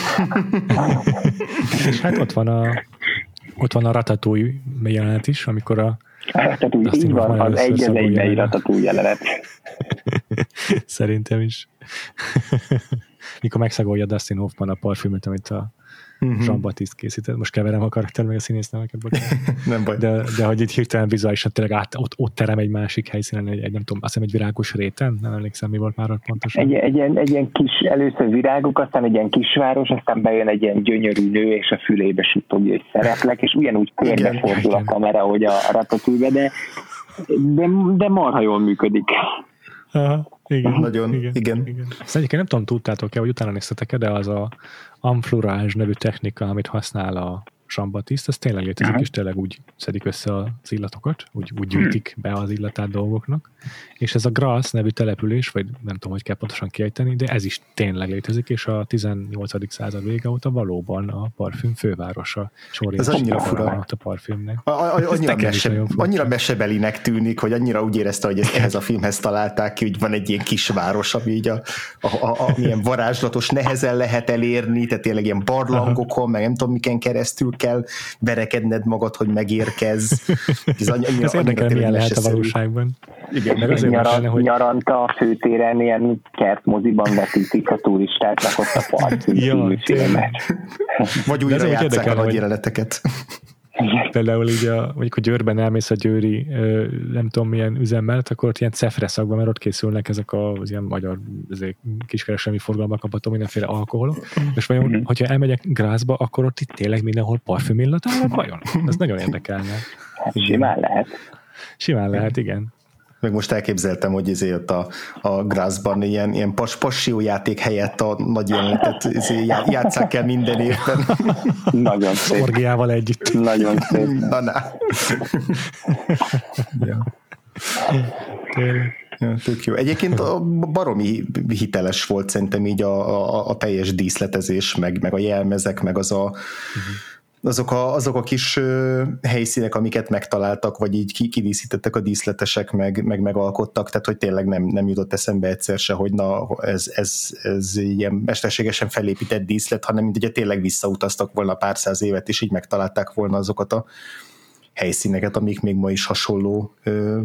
Speaker 1: És hát ott van a ott van a Ratatouille jelenet is, amikor a
Speaker 3: A Ratatouille, így van, az egy az egyben egy Ratatouille jelenet.
Speaker 1: Szerintem is. Mikor megszagolja Dustin Hoffman a parfümöt, amit a uh-huh. Jean-Baptiste készített. Most keverem a karakter meg a színész neveket.
Speaker 2: Nem baj.
Speaker 1: De, de hogy itt hirtelen vizuálisan tényleg át, ott, ott terem egy másik helyszínen, egy, egy nem tudom, azt hiszem egy virágos réten, nem emlékszem, mi volt már ott pontosan.
Speaker 3: Egy, egy, ilyen, egy ilyen kis, először virágok, aztán egy ilyen kisváros, aztán bejön egy ilyen gyönyörű nő, és a fülébe suttogja, hogy szereplek, és ugyanúgy körbefordul a kamera, hogy a Ratatouille, de, de, de marha jól működik.
Speaker 1: Aha. Igen,
Speaker 2: nagyon, igen. igen.
Speaker 1: igen. Azt egyébként nem tudom, tudtátok-e, vagy utána néztetek-e, de az a enflurage nevű technika, amit használ a Jean-Baptiste, az tényleg létezik, uh-huh. és tényleg úgy szedik össze az illatokat, úgy, úgy gyűjtik be az illatát dolgoknak, és ez a Grasse nevű település, vagy nem tudom, hogy kell pontosan kiejteni, de ez is tényleg létezik, és a tizennyolcadik század vége óta valóban a parfüm fővárosa.
Speaker 2: Ez annyira fura.
Speaker 1: A parfümnek.
Speaker 2: A, a, annyira, mese, annyira mesebelinek tűnik, hogy annyira úgy érezte, hogy ezt ehhez a filmhez találták ki, hogy van egy ilyen kisváros, ami így a, a, a, a milyen varázslatos, nehezen lehet elérni, tehát tényleg ilyen barlangokon, meg nem tudom, miken keresztül kell verekedned magad, hogy megérkezz. Ez annyira,
Speaker 1: ez érdekel, milyen lehet a valóságban.
Speaker 3: Igen, meg azért Nyaran, benne, hogy... Nyaranta a főtéren ilyen kertmoziban vetítik a turistáknak ott a parkon.
Speaker 1: Ja,
Speaker 2: vagy újra játsszák a nagy jeleneteket.
Speaker 1: Például így, a, mondjuk, hogy Győrben elmész a győri nem tudom milyen üzem mellett, akkor ott ilyen cefre szakban, mert ott készülnek ezek az ilyen magyar kiskereskedelmi forgalomba kapható mindenféle alkoholok. És vajon, mm-hmm. hogyha elmegyek Grasse-ba, akkor ott itt tényleg mindenhol parfümillat áll, vajon? Ez nagyon érdekelne.
Speaker 3: Hát simán lehet.
Speaker 1: Simán lehet, igen.
Speaker 2: Meg most elképzeltem, hogy ezért a, a Grasse-ban ilyen, ilyen pas, passiójáték helyett a nagy jelenetet játsszák el minden évben.
Speaker 3: Nagyon szép.
Speaker 1: Orgiával együtt.
Speaker 3: Nagyon szép.
Speaker 2: Na, na. Ja. Ja, tök jó. Egyébként a baromi hiteles volt szerintem így a, a, a teljes díszletezés, meg, meg a jelmezek, meg az a uh-huh. Azok a, azok a kis uh, helyszínek, amiket megtaláltak, vagy így kidíszítettek a díszletesek, meg, meg megalkottak, tehát hogy tényleg nem, nem jutott eszembe egyszer se, hogy na, ez, ez, ez ilyen mesterségesen felépített díszlet, hanem mint ugye tényleg visszautaztak volna pár száz évet, és így megtalálták volna azokat a helyszíneket, amik még ma is hasonló uh,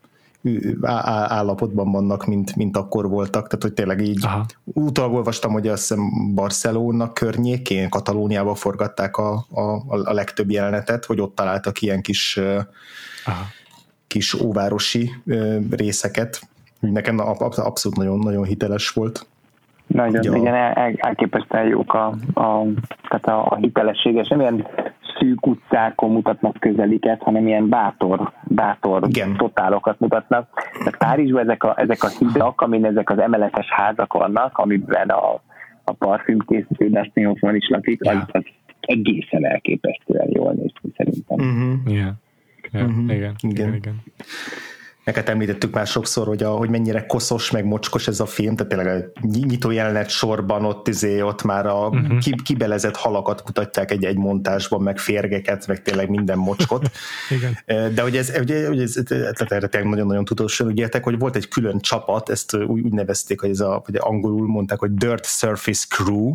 Speaker 2: állapotban vannak, mint, mint akkor voltak, tehát hogy tényleg így utólag olvastam, hogy azt hiszem Barcelona környékén, Katalóniában forgatták a, a, a legtöbb jelenetet, hogy ott találtak ilyen kis Aha. kis óvárosi részeket. Nekem abszolút nagyon, nagyon hiteles volt.
Speaker 3: Nagyon, ja. igen, el, elképesztően jók a, a, tehát a, a hitelességes, nem ilyen szűk utcákon mutatnak közeliket, hanem ilyen bátor, bátor igen. totálokat mutatnak. Tehát Párizsban ezek a, ezek a hidak, amin ezek az emeletes házak vannak, amiben a, a parfümkészítő Dustin Hoffman is lakik, yeah. az, az egészen elképesztően jól néz ki szerintem.
Speaker 1: Uh-huh. Yeah. Yeah. Uh-huh. Igen, igen, igen.
Speaker 2: Neked említettük már sokszor, hogy, a, hogy mennyire koszos, meg mocskos ez a film, tehát tényleg a nyitó jelenet sorban ott, izé, ott már a uh-huh. kibelezett halakat mutatják egy-egy montásban, meg férgeket, meg tényleg minden mocskot.
Speaker 1: Igen.
Speaker 2: De hogy ez, ugye, ugye ez tehát erre tényleg nagyon-nagyon tudósan úgy értek, hogy volt egy külön csapat, ezt úgy, úgy nevezték, hogy ez a, hogy angolul mondták, hogy Dirt Surface Crew,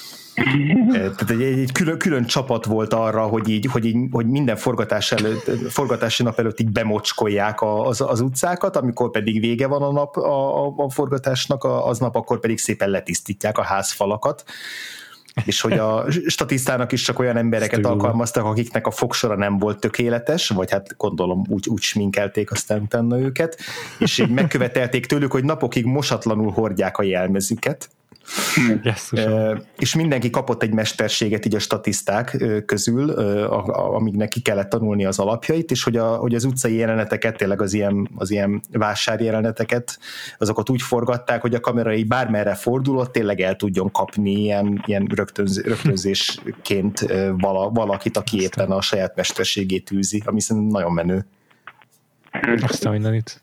Speaker 2: tehát egy, egy külön, külön csapat volt arra, hogy, így, hogy, így, hogy minden forgatás előtt, forgatási nap előtt így bemocskolják a, az, az utcákat, amikor pedig vége van a nap a, a forgatásnak, aznap akkor pedig szépen letisztítják a házfalakat, és hogy a statisztának is csak olyan embereket Sztúl. alkalmaztak, akiknek a fogsora nem volt tökéletes, vagy hát gondolom úgy, úgy sminkelték aztán utána őket, és így megkövetelték tőlük, hogy napokig mosatlanul hordják a jelmezüket.
Speaker 1: Yes,
Speaker 2: uh, és mindenki kapott egy mesterséget így a statiszták uh, közül, uh, amíg neki kellett tanulni az alapjait, és hogy, a, hogy az utcai jeleneteket, tényleg az ilyen, az ilyen vásárjeleneteket, azokat úgy forgatták, hogy a kamerai bármerre fordulott, tényleg el tudjon kapni ilyen, ilyen rögtönz, rögtönzésként uh, vala, valakit, aki éppen a saját mesterségét űzi, ami szerintem nagyon menő.
Speaker 1: Aztán mindenit.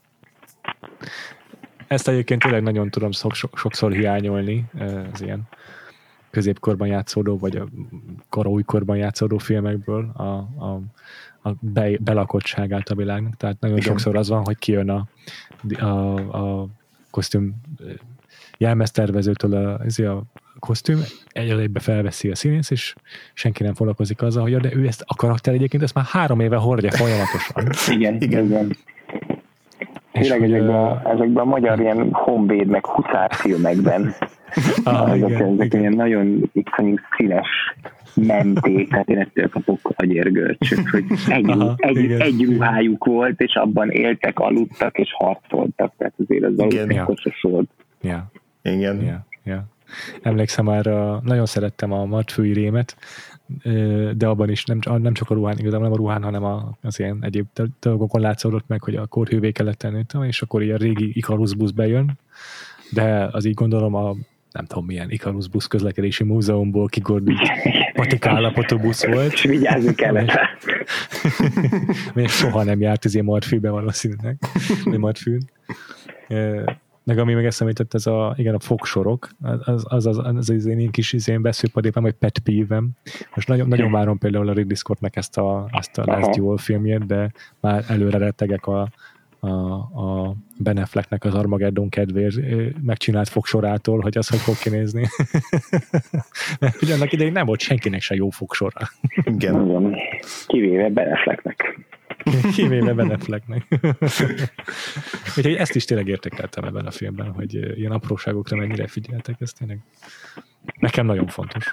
Speaker 1: Ezt egyébként tényleg nagyon tudom sokszor hiányolni, az ilyen középkorban játszódó, vagy a kora újkorban játszódó filmekből a, a, a be, belakottságát a világnak. Tehát nagyon Igen. sokszor az van, hogy kijön a, a, a kosztüm jelmeztervezőtől a, a kosztüm, egyelőbb felveszi a színész, és senki nem foglalkozik azzal, hogy de ő ezt a karakter egyébként ezt már három éve hordja folyamatosan.
Speaker 3: Igen, igen. igen. Tényleg ezekben a, ezekben a magyar ilyen honvéd meg huszár filmekben ah, ezek, igen, ezek igen. ilyen nagyon iszonyú színes menték, tehát én ettől kapok agyérgörcsöt, hogy egy, Aha, egy, egy ruhájuk volt, és abban éltek, aludtak és harcoltak, tehát azért az valószínűleg koszos volt.
Speaker 1: Ja.
Speaker 2: Igen.
Speaker 1: Ja, ja. Emlékszem már, nagyon szerettem a Martfői Rémet, de abban is nem, nem csak a ruhán, igazából nem a ruhán, hanem az ilyen egyéb dolgokon látszódott meg, hogy a kórhővé kellett tenni, és akkor ilyen régi Icarus busz bejön, de az így gondolom a nem tudom milyen Ikarus busz közlekedési múzeumból kigordult patika állapotú busz volt.
Speaker 3: És vigyázni kellett rá.
Speaker 1: Még soha nem járt az ilyen Mardfűben valószínűleg. Vagy Mardfűn. Meg ami meg eszembe jutott, ez a, igen, a fogsorok, az az, az, az, az, az én kis izén beszélpadépem, vagy pet peeve-em. Most nagyon, nagyon várom például a Ridley Scottnak ezt a, ezt a Last Duel filmjét, de már előre rettegek a, a, a Ben Afflecknek az Armageddon kedvéért megcsinált fogsorától, hogy az hogy fog kinézni. Mert ugye annak idején nem volt senkinek se jó fogsora.
Speaker 3: Igen. Kivéve Ben Afflecknek.
Speaker 1: Kivéve Ben Afflecknek. Úgyhogy ezt is tényleg értékeltem ebben a filmben, hogy ilyen apróságokra mennyire figyeltek, ez tényleg nekem nagyon fontos.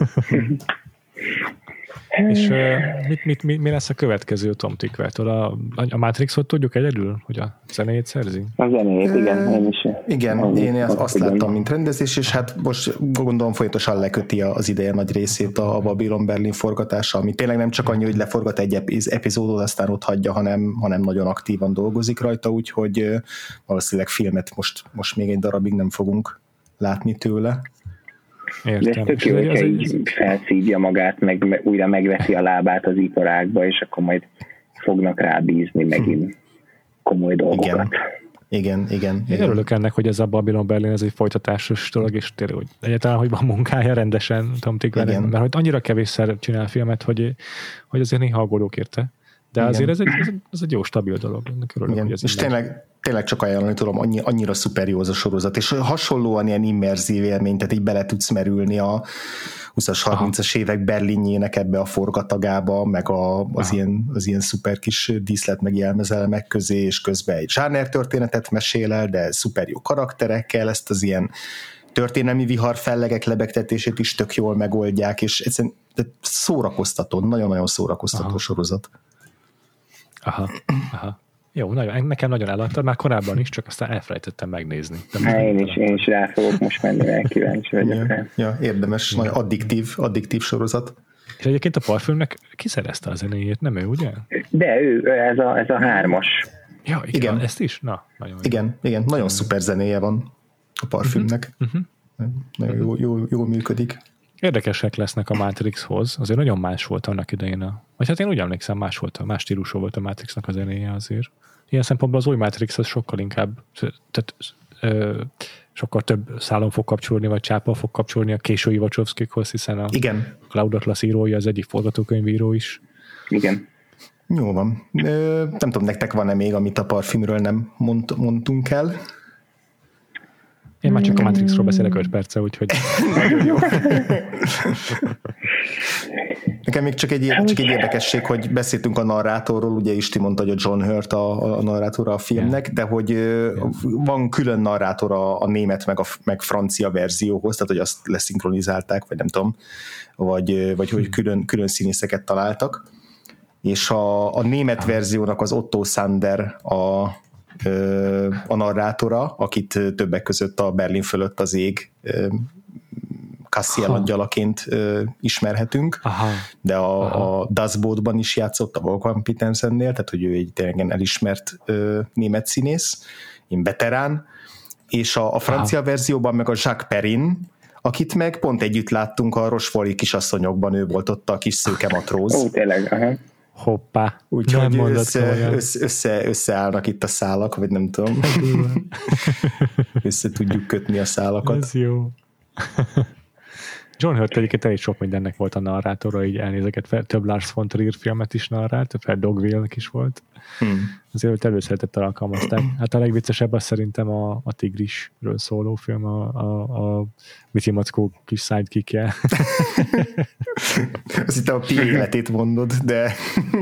Speaker 1: És uh, mit, mit, mit, mi lesz a következő Tom Tykwer-től? A, a Matrixot tudjuk egyedül, hogy a zenéjét szerzi?
Speaker 3: A zenéjét, igen. Én is.
Speaker 2: Igen, én azt, azt láttam, mint rendezés, és hát most gondolom folyamatosan leköti az ideje nagy részét a Babylon Berlin forgatása, ami tényleg nem csak annyi, hogy leforgat egy epizódot, aztán ott hagyja, hanem, hanem nagyon aktívan dolgozik rajta, úgyhogy valószínűleg filmet most, most még egy darabig nem fogunk látni tőle.
Speaker 3: Értem. De ez tök jó, hogyha így felszívja magát, meg, meg újra megveszi a lábát az iparágba, és akkor majd fognak rábízni megint komoly dolgokat.
Speaker 2: Igen, igen, igen.
Speaker 1: Én
Speaker 2: igen.
Speaker 1: örülök ennek, hogy ez a Babylon Berlin, ez egy folytatásos dolog, és tényleg, hogy egyáltalán, hogy van munkája rendesen Tom Tykwer, mert hogy annyira kevésszer csinál filmet, hogy, hogy azért néha aggódok érte. De igen. Azért ez egy, ez, egy, ez egy jó, stabil dolog. Örülök,
Speaker 2: igen. És tényleg, tényleg csak ajánlani tudom, annyi, annyira szuper jó az a sorozat, és hasonlóan ilyen immerzív élmény, tehát így bele tudsz merülni a húszas, harmincas évek Berlinjének ebbe a forgatagába, meg a, az, ilyen, az ilyen szuper kis díszlet meg jelmezelemek közé, és közben egy zsáner történetet mesél el, de szuper jó karakterekkel, ezt az ilyen történelmi vihar fellegek lebegtetését is tök jól megoldják, és egyszerűen szórakoztató, nagyon-nagyon szórakoztató Aha. sorozat.
Speaker 1: Aha, aha. Jó, nagyon, nekem nagyon eladtad, már korábban is, csak aztán elfelejtettem megnézni.
Speaker 3: Há, én is, én is rá fogok most menni, mert kíváncsi vagyok rá.
Speaker 2: Ja, érdemes, nagyon addiktív, addiktív sorozat.
Speaker 1: És egyébként a Parfümnek ki szerezte a zenéjét, nem ő, ugye?
Speaker 3: De ő, ez a, ez a hármas.
Speaker 1: Ja, igen, igen. Ezt is? Na, nagyon
Speaker 2: igen, jó. igen, nagyon uh-huh. szuper zenéje van a Parfümnek. Uh-huh. Nagyon uh-huh. jól, jól, jól működik.
Speaker 1: Érdekesek lesznek a Matrixhoz, azért nagyon más volt annak idején a... Vagy hát én úgy emlékszem, más volt, a más stílusú volt a Matrixnak a zenéje azért. Ilyen szempontból az új Matrix az sokkal inkább, tehát ö, sokkal több szálon fog kapcsolni, vagy csápal fog kapcsolni a késői Wachowskikhoz, hiszen a
Speaker 2: Igen.
Speaker 1: Cloud Atlas írója az egyik forgatókönyvíró is.
Speaker 3: Igen.
Speaker 2: Jó van. Ö, nem tudom, nektek van-e még, amit a Parfümről nem mond, mondtunk el?
Speaker 1: Én már csak a Matrixról beszélek öt perce, úgyhogy...
Speaker 2: Nagyon jó. Nekem még csak egy, csak egy érdekesség, hogy beszéltünk a narrátorról, ugye Isti mondta, hogy a John Hurt a, a narrátora a filmnek, yeah. de hogy yeah. van külön narrátor a, a német meg a meg francia verzióhoz, tehát hogy azt leszinkronizálták, vagy nem tudom, vagy, vagy hogy külön, külön színészeket találtak. És a, a német verziónak az Otto Sander a a narrátora, akit többek között a Berlin fölött az ég Cassiel angyalaként ismerhetünk, Aha. de a, a Das Bootban is játszott a Wolfgang Petersennél, tehát hogy ő egy tényleg elismert német színész, én veterán, és a, a francia Aha. verzióban meg a Jacques Perrin, akit meg pont együtt láttunk a Rochefort-i kisasszonyokban, ő volt ott a kis szőke matróz.
Speaker 3: Ó, tényleg, aha.
Speaker 1: Hoppá.
Speaker 2: Úgyhogy össze, össze, össze, összeállnak itt a szálak, vagy nem tudom. Össze tudjuk kötni a szálakat.
Speaker 1: Ez jó. John Hurt egyébként elég sok mindennek volt a narrátora, így elnézeket, fel, több Lars von Trier filmet is narrált, fel Dogville-nek is volt. Hmm. Azért őt előszeretettel alkalmazták. Hát a legviccesebb az szerintem a, a Tigrisről szóló film, a, a, a Vici Mackó kis sidekickje.
Speaker 2: Azt hittem a Pi életét mondod, de...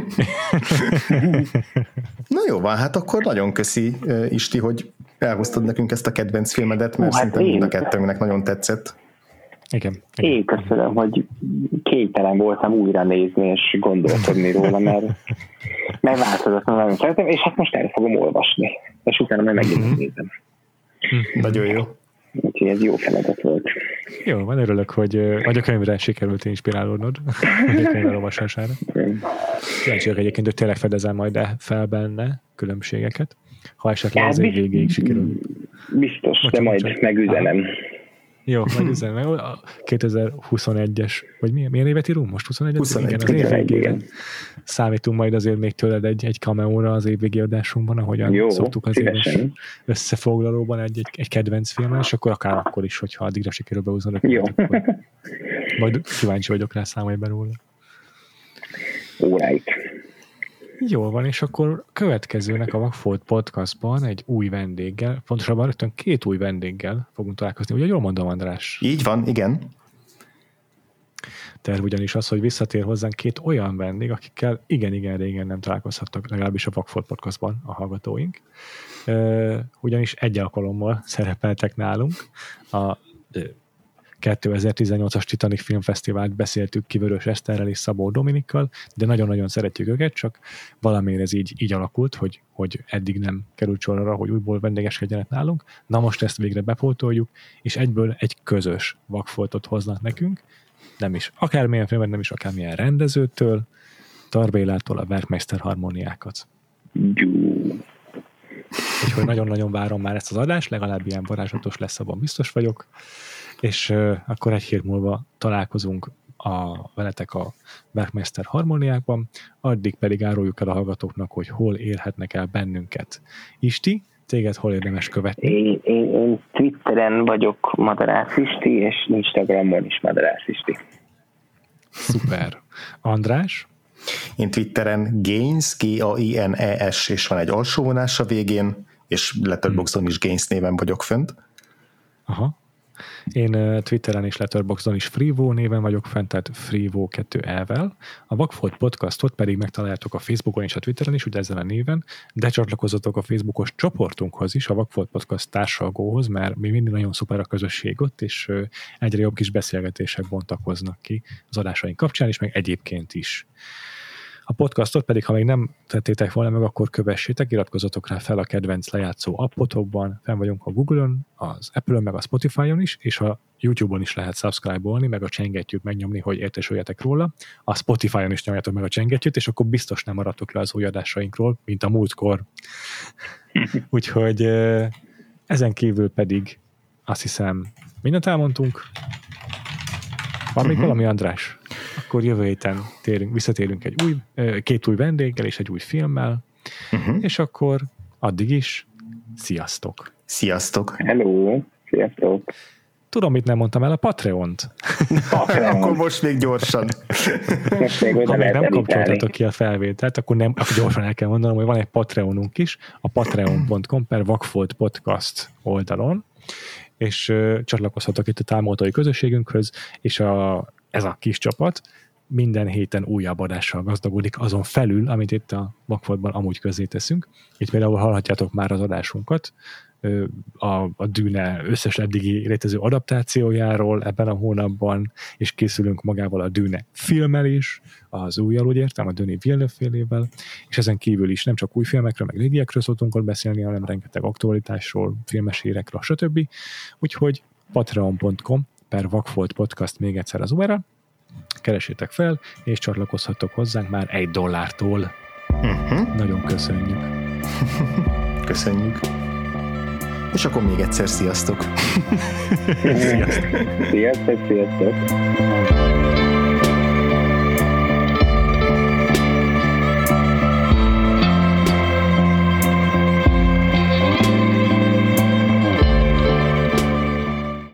Speaker 2: Na jó van, hát akkor nagyon köszi, Isti, hogy elhoztad nekünk ezt a kedvenc filmedet, mert hát szerintem mind a kettőnknek nagyon tetszett.
Speaker 1: Igen, igen.
Speaker 3: Én köszönöm, hogy kénytelen voltam újra nézni és gondolkodni róla, mert megváltozott, nagyon szeretem, és hát most el fogom olvasni, és utána majd megint mm-hmm. nézem.
Speaker 2: Nagyon jó.
Speaker 3: Úgyhogy ez jó feladat volt.
Speaker 1: Jó, van, örülök, hogy a könyvre sikerült inspirálódnod a könyv olvasására. Kíváncsiak egyébként, hogy tényleg fedezem majd fel benne különbségeket, ha esetleg az egy végéig sikerül.
Speaker 3: Biztos, de majd megüzenem.
Speaker 1: Jó, majd üzen meg. A kétezer-huszonegyes, vagy milyen, milyen évet írunk most? huszonegyet?
Speaker 2: huszonegy.
Speaker 1: Igen, az év végére. Számítunk majd azért még tőled egy, egy cameóra az évvégi adásunkban, ahogyan Jó, szoktuk az éves összefoglalóban egy, egy, egy kedvenc filmen, és akkor akár akkor is, hogyha addigra sikerül behúzni.
Speaker 3: Jó.
Speaker 1: Akkor majd kíváncsi vagyok rá, számolj be róla.
Speaker 3: Óráig.
Speaker 1: Jól van, és akkor következőnek a Vagfolt Podcastban egy új vendéggel, pontosabban rögtön két új vendéggel fogunk találkozni. Ugye jól mondom, András?
Speaker 2: Így van, igen.
Speaker 1: Terv ugyanis az, hogy visszatér hozzánk két olyan vendég, akikkel igen-igen régen nem találkozhattak, legalábbis a Vagfolt Podcastban a hallgatóink. Ugyanis egy alkalommal szerepeltek nálunk. A kétezer-tizennyolcas Titanic Filmfesztivált beszéltük ki Vörös Eszterrel és Szabó Dominikkal, de nagyon-nagyon szeretjük őket, csak valamiért ez így, így alakult, hogy, hogy eddig nem került sor arra, hogy újból vendégeskedjenek nálunk. Na most ezt végre bepótoljuk, és egyből egy közös Vagfoltot hoznak nekünk, nem is akármilyen filmet, nem is akármilyen rendezőtől, Tarbélától a Werkmeister harmóniákat. Úgyhogy nagyon-nagyon várom már ezt az adást, legalább ilyen varázslatos lesz, abban biztos vagyok, és uh, akkor egy hét múlva találkozunk a, veletek a Werkmeister harmóniákban, addig pedig áruljuk el a hallgatóknak, hogy hol érhetnek el bennünket. Isti, téged hol érdemes követni?
Speaker 3: Én, én, én Twitteren vagyok Madarász Isti, és Instagramon is Madarász Isti.
Speaker 1: Szuper. András?
Speaker 2: Én Twitteren Gaines, G A I N E S, és van egy alsó vonás a végén, és Letterboxdon is Gaines néven vagyok fönt.
Speaker 1: Aha. Én uh, Twitteren és Letterboxdon is Freevo néven vagyok fent, tehát Freevo kettő E-vel. A Vagfolt Podcastot pedig megtaláljátok a Facebookon és a Twitteren is, ugye ezzel a néven, de csatlakozzatok a Facebookos csoportunkhoz is, a Vagfolt Podcast társalgóhoz, mert mi mindig nagyon szuper a közösség ott, és uh, egyre jobb kis beszélgetések bontakoznak ki az adásaink kapcsán, és meg egyébként is. A podcastot pedig, ha még nem tettétek volna meg, akkor kövessétek, iratkozzatok rá fel a kedvenc lejátszó appotokban, fenn vagyunk a Google-on, az Apple-on, meg a Spotify-on is, és a YouTube-on is lehet subscribe-olni, meg a csengettyűt megnyomni, hogy értesüljetek róla. A Spotify-on is nyomjátok meg a csengettyűt, és akkor biztos nem maradtok le az új adásainkról, mint a múltkor. Úgyhogy ezen kívül pedig azt hiszem mindent elmondtunk. Van még uh-huh. valami, András? Akkor jövő héten térünk, visszatérünk egy új, két új vendéggel és egy új filmmel, uh-huh. és akkor addig is sziasztok!
Speaker 2: Sziasztok!
Speaker 3: Hello! Sziasztok!
Speaker 1: Tudom, mit nem mondtam el, a Patreont.
Speaker 2: Patreon. Akkor most még gyorsan.
Speaker 3: Most még
Speaker 1: ha még nem kapcsoltatok ki a felvételt, akkor, nem, akkor gyorsan el kell mondanom, hogy van egy Patreonunk is, a patreon pont com per Vagfolt Podcast oldalon, és uh, csatlakozhatok itt a támogatói közösségünkhöz, és a, ez a kis csapat minden héten újabb adással gazdagodik, azon felül, amit itt a Vagfoltban amúgy közzé teszünk. Itt például hallhatjátok már az adásunkat, a, a Dűne összes eddigi létező adaptációjáról ebben a hónapban, és készülünk magával a Dűne filmmel is, az újjal, úgy értem, a Denis Villeneuve-félével, és ezen kívül is nem csak új filmekről, meg régiekről szoktunk ott beszélni, hanem rengeteg aktualitásról, filmes hírekről, stb. Úgyhogy patreon pont com per Vagfolt Podcast még egyszer az u er el, keresétek fel, és csatlakozhattok hozzánk már egy dollártól. Uh-huh. Nagyon köszönjük.
Speaker 2: Köszönjük. És akkor még egyszer sziasztok!
Speaker 3: Sziasztok! Sziasztok, sziasztok!